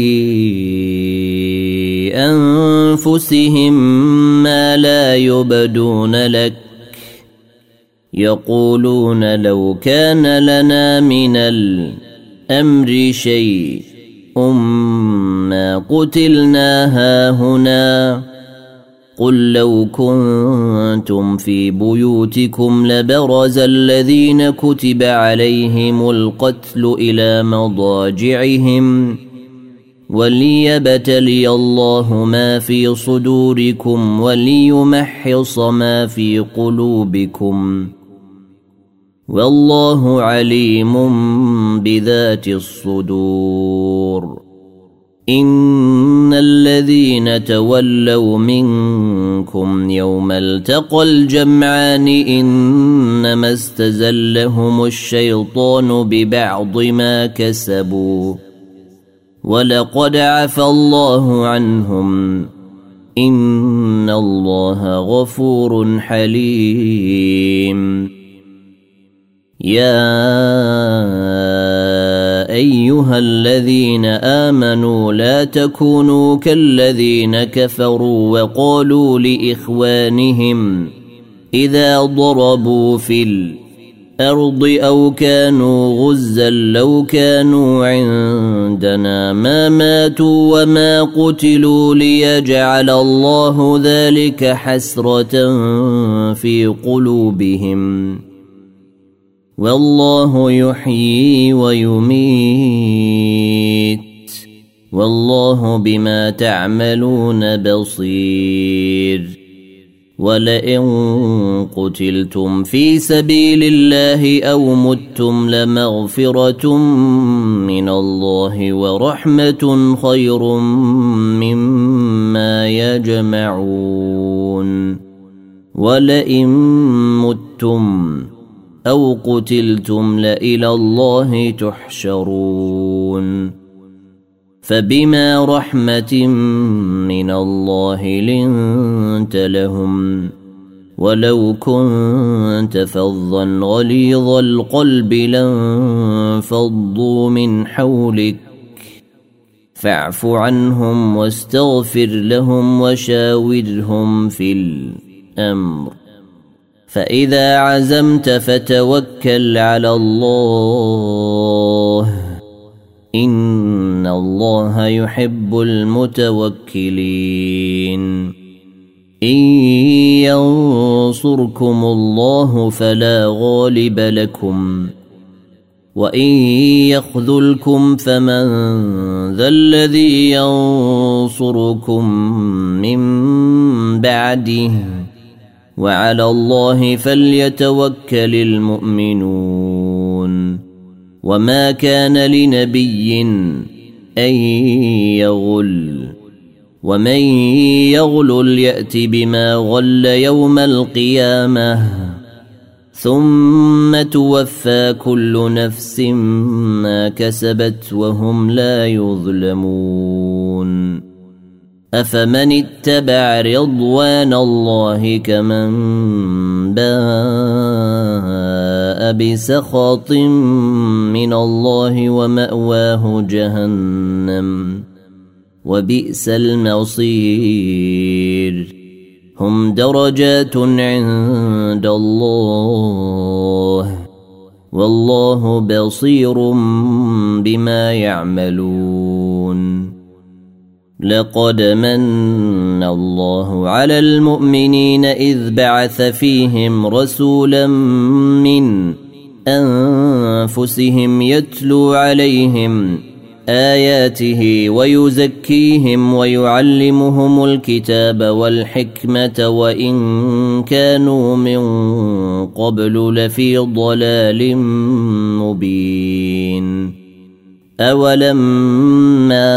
أنفسهم ما لا يبدون لك يقولون لو كان لنا من الأمر شيء ما قتلنا هاهنا قل لو كنتم في بيوتكم لبرز الذين كتب عليهم القتل إلى مضاجعهم وليبتلي الله ما في صدوركم وليمحص ما في قلوبكم والله عليم بذات الصدور إن الذين تولوا منكم يوم التقى الجمعان إنما استزلهم الشيطان ببعض ما كسبوا ولقد عفى الله عنهم إن الله غفور حليم يا أيها الذين آمنوا لا تكونوا كالذين كفروا وقالوا لإخوانهم إذا ضربوا في الأرض أو كانوا غزا لو كانوا عندنا ما ماتوا وما قتلوا ليجعل الله ذلك حسرة في قلوبهم والله يحيي ويميت والله بما تعملون بصير ولئن قتلتم في سبيل الله أو متم لمغفرة من الله ورحمة خير مما يجمعون ولئن متم أو قتلتم لإلى الله تحشرون فبما رحمة من الله لنت لهم ولو كنت فظا غليظ القلب لانفضوا من حولك فاعف عنهم واستغفر لهم وشاورهم في الأمر فإذا عزمت فتوكل على الله إن الله يحب المتوكلين إن ينصركم الله فلا غالب لكم وإن يخذلكم فمن ذا الذي ينصركم من بعده وعلى الله فليتوكل المؤمنون وما كان لنبي أن يغل ومن يغلل يأت بما غل يوم القيامة ثم توفى كل نفس ما كسبت وهم لا يظلمون أفمن اتبع رضوان الله كمن باء بسخط من الله ومأواه جهنم وبئس المصير هم درجات عند الله والله بصير بما يعملون لقد من الله على المؤمنين إذ بعث فيهم رسولا من أنفسهم يتلو عليهم آياته ويزكيهم ويعلمهم الكتاب والحكمة وإن كانوا من قبل لفي ضلال مبين أولما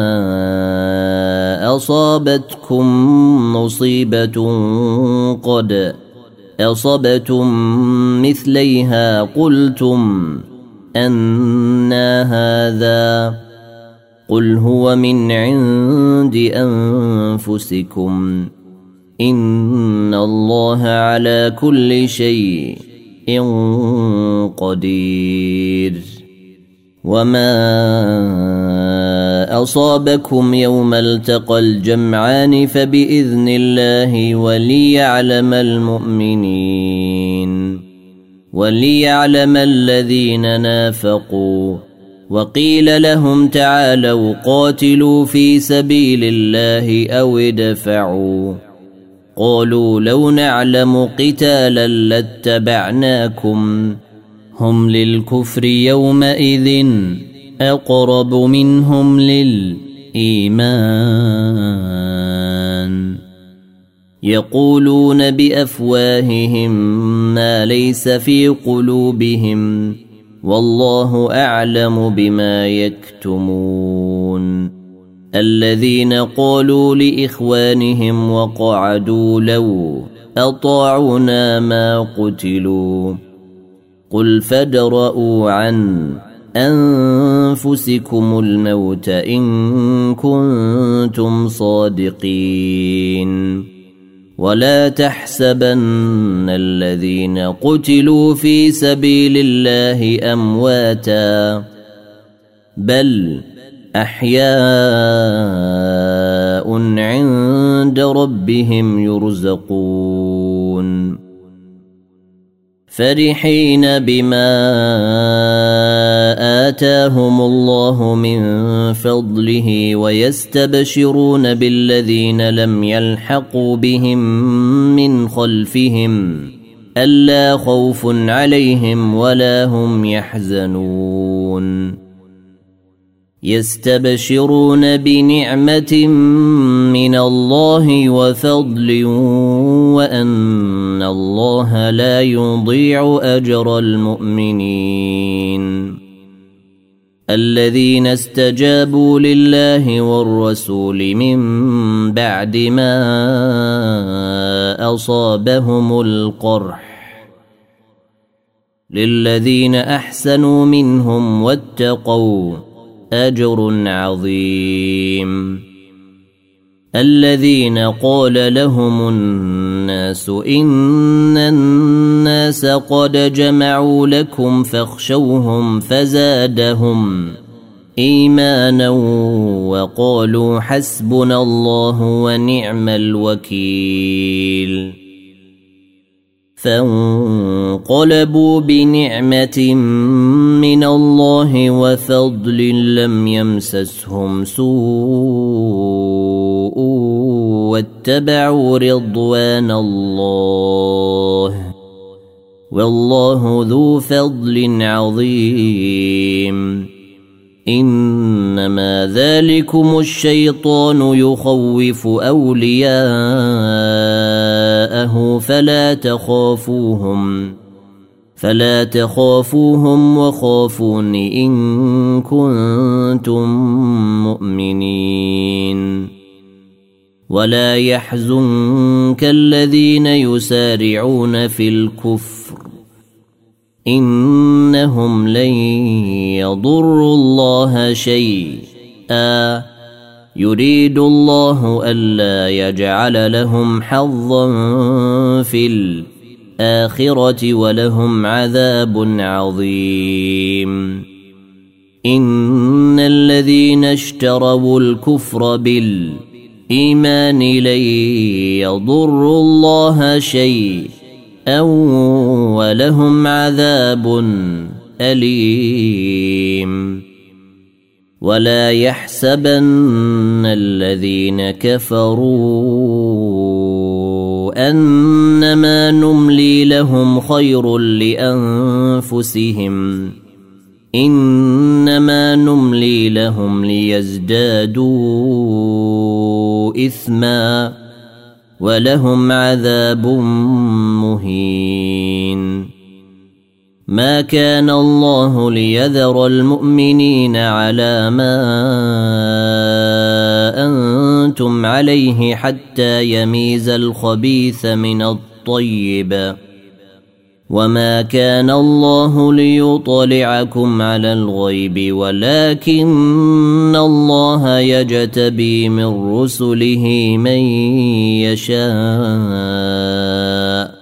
أصابتكم مصيبة قد أصبتم مثليها قلتم أنى هذا قل هو من عند أنفسكم إن الله على كل شيء قدير وما أصابكم يوم التقى الجمعان فبإذن الله وليعلم المؤمنين وليعلم الذين نافقوا وقيل لهم تعالوا قاتلوا في سبيل الله أو ادفعوا قالوا لو نعلم قتالا لاتبعناكم هم للكفر يومئذ أقرب منهم للإيمان يقولون بأفواههم ما ليس في قلوبهم والله أعلم بما يكتمون الذين قالوا لإخوانهم وقعدوا لو أطاعونا ما قتلوا قل فادرءوا عن أنفسكم الموت إن كنتم صادقين ولا تحسبن الذين قتلوا في سبيل الله أمواتا بل أحياء عند ربهم يرزقون فرحين بما آتاهم الله من فضله ويستبشرون بالذين لم يلحقوا بهم من خلفهم ألا خوف عليهم ولا هم يحزنون يستبشرون بنعمة من الله وفضل وأن الله لا يضيع أجر المؤمنين الذين استجابوا لله والرسول من بعد ما أصابهم القرح للذين أحسنوا منهم واتقوا أجر عظيم الذين قال لهم الناس إن الناس قد جمعوا لكم فاخشوهم فزادهم إيمانا وقالوا حسبنا الله ونعم الوكيل فانقلبوا بنعمة من الله وفضل لم يمسسهم سوء واتبعوا رضوان الله والله ذو فضل عظيم إنما ذلكم الشيطان يخوف أولياءه فلا تخافوهم فلا تخافوهم وخافون إن كنتم مؤمنين ولا يحزنك الذين يسارعون في الكفر إنهم لن يضروا الله شيئا يريد الله ألا يجعل لهم حظا في الآخرة ولهم عذاب عظيم إن الذين اشتروا الكفر بالإيمان لن يضروا الله شيئا أو ولهم عذاب أليم ولا يحسبن الذين كفروا أنما نملي لهم خير لأنفسهم إنما نملي لهم ليزدادوا إثما ولهم عذاب مهين ما كان الله ليذر المؤمنين على ما أنتم عليه حتى يميز الخبيث من الطيب وما كان الله ليطلعكم على الغيب ولكن الله يجتبي من رسله من يشاء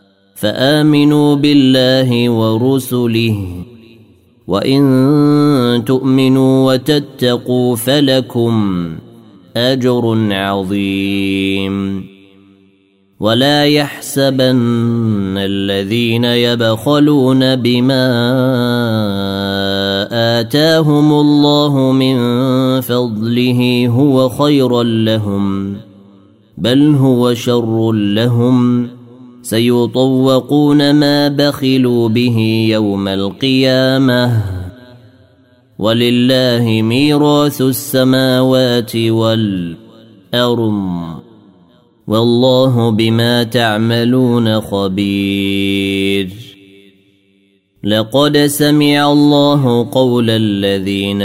فآمنوا بالله ورسله وإن تؤمنوا وتتقوا فلكم أجر عظيم. ولا يحسبن الذين يبخلون بما آتاهم الله من فضله هو خيرا لهم، بل هو شر لهم، سيطوقون ما بخلوا به يوم القيامة، ولله ميراث السماوات والأرض، والله بما تعملون خبير. لقد سمع الله قول الذين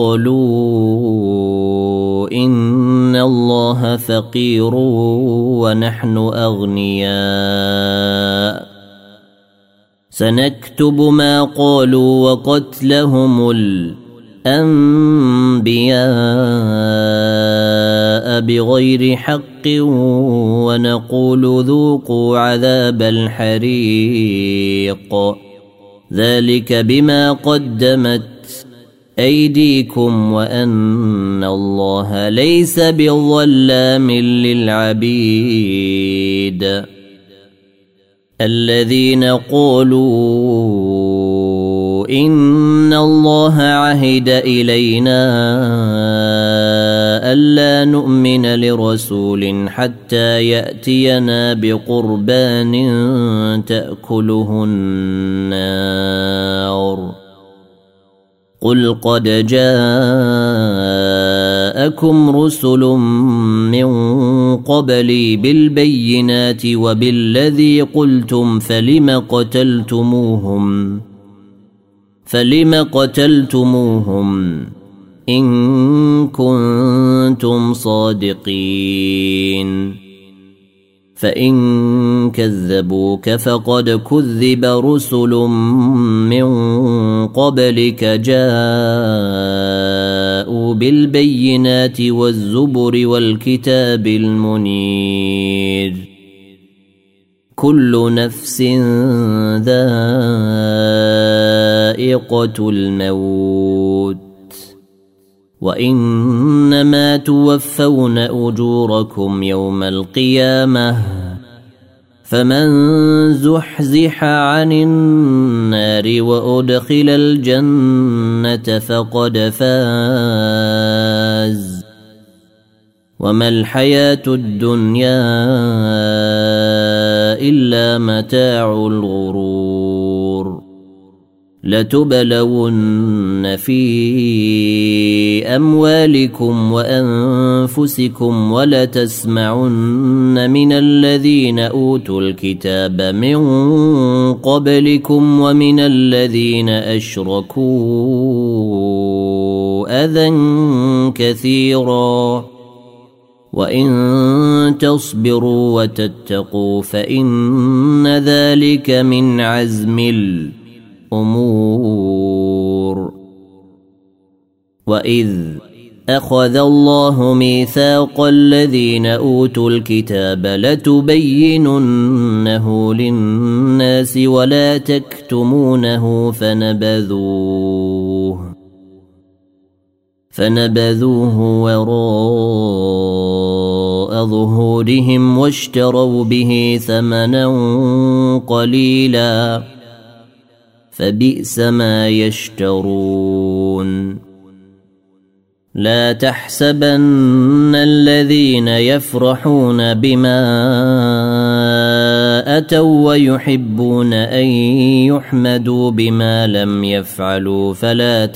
قالوا إن الله فقير ونحن أغنياء، سنكتب ما قالوا وقتلهم الأنبياء بغير حق، ونقول ذوقوا عذاب الحريق، ذلك بما قدمت أيديكم وأن الله ليس بظلام للعبيد. الذين قالوا إن الله عهد إلينا ألا نؤمن لرسول حتى يأتينا بقربان تأكله النار، قل قد جاءكم رسل من قبلي بالبينات وبالذي قلتم فلم قتلتموهم فلم قتلتموهم إن كنتم صادقين، فإن كذبوك فقد كذب رسل من قبلك جاءوا بالبينات والزبر والكتاب المنير، كل نفس ذائقة الموت، وإنما توفون أجوركم يوم القيامة، فمن زحزح عن النار وأدخل الجنة فقد فاز، وما الحياة الدنيا إلا متاع الغرور. لتبلون في أموالكم وأنفسكم ولتسمعن من الذين أوتوا الكتاب من قبلكم ومن الذين أشركوا أذى كثيرا، وإن تصبروا وتتقوا فإن ذلك من عزم الأمور. وإذ أخذ الله ميثاق الذين أوتوا الكتاب لتبيننه للناس ولا تكتمونه فنبذوه فنبذوه وراء ظهورهم واشتروا به ثمنا قليلا، فبئس ما يشترون. لا تحسبن الذين يفرحون بما أتوا ويحبون أن يحمدوا بما لم يفعلوا فلا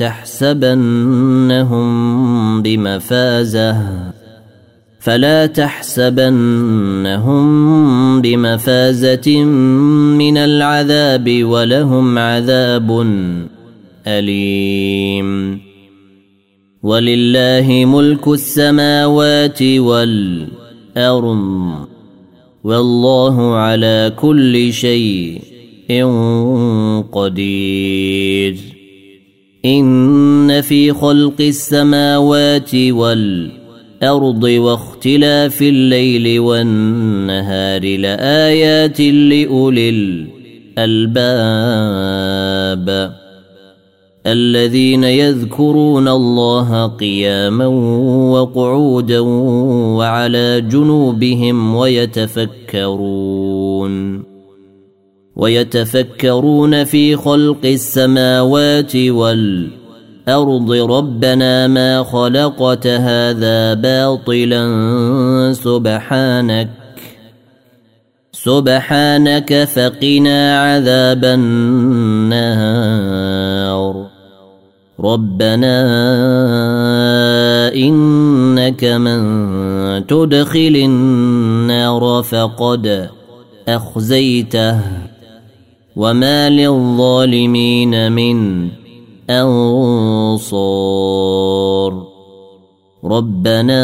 تحسبنهم بمفازة فلا تحسبنهم بمفازة من العذاب ولهم عذاب أليم. ولله ملك السماوات والأرض والله على كل شيء قدير. إن في خلق السماوات والأرض واختلاف الليل والنهار لآيات لأولي الألباب الذين يذكرون الله قياما وقعودا وعلى جنوبهم ويتفكرون ويتفكرون في خلق السماوات والأرض ربنا ما خلقت هذا باطلا سبحانك سبحانك فقنا عذاب النار ربنا إنك من تدخل النار فقد أخزيته وما للظالمين من أنصار ربنا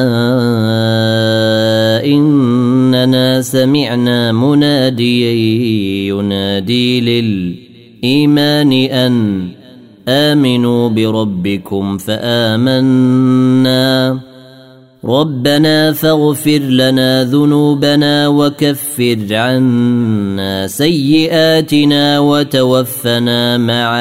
إننا سمعنا مناديا ينادي للإيمان أن آمنوا بربكم فآمنا ربنا فاغفر لنا ذنوبنا وكفر عنا سيئاتنا وتوفنا مع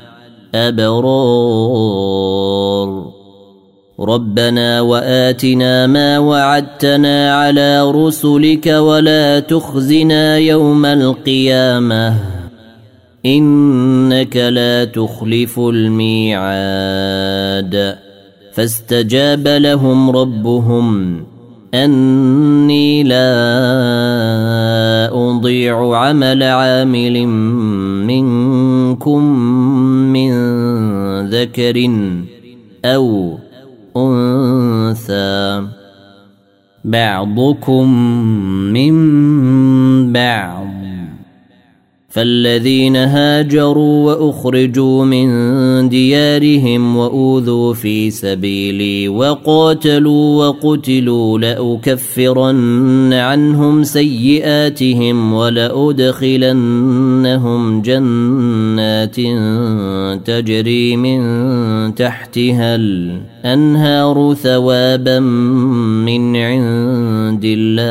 الأبرار ربنا وآتنا ما وعدتنا على رسلك ولا تخزنا يوم القيامة إنك لا تخلف الميعاد فاستجاب لهم ربهم أني لا أضيع عمل عامل منكم من ذكر أو أنثى بعضكم من بعض فالذين هاجروا وأخرجوا من ديارهم وأوذوا في سبيلي وقاتلوا وقتلوا لأكفرن عنهم سيئاتهم ولأدخلنهم جنات تجري من تحتها الأنهار ثوابا من عند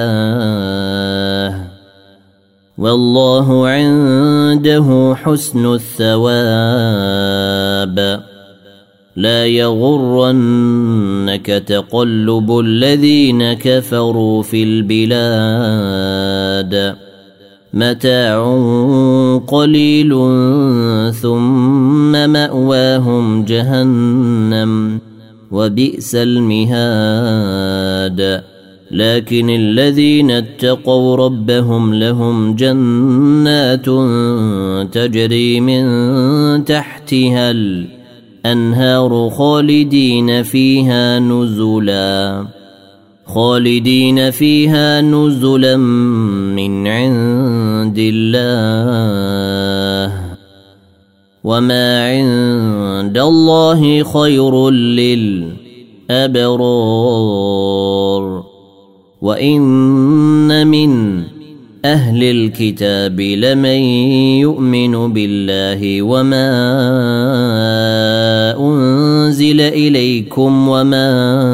الله والله عنده حسن الثواب لا يغرنك تقلب الذين كفروا في البلاد متاع قليل ثم مأواهم جهنم وبئس المهاد لكن الذين اتقوا ربهم لهم جنات تجري من تحتها الأنهار خالدين فيها نزلا خالدين فيها نزلا من عند الله وما عند الله خير للأبرار وإن من أهل الكتاب لمن يؤمن بالله وما أنزل إليكم وما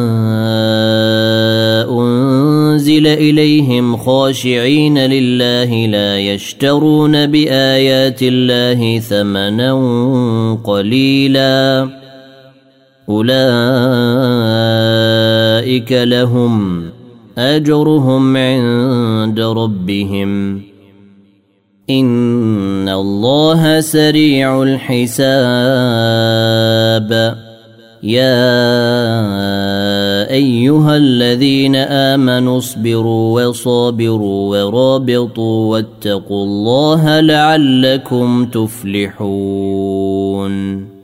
أنزل إليهم خاشعين لله لا يشترون بآيات الله ثمنا قليلا أولئك لهم أجرهم عند ربهم إن الله سريع الحساب يا أيها الذين آمنوا اصبروا وصابروا ورابطوا واتقوا الله لعلكم تفلحون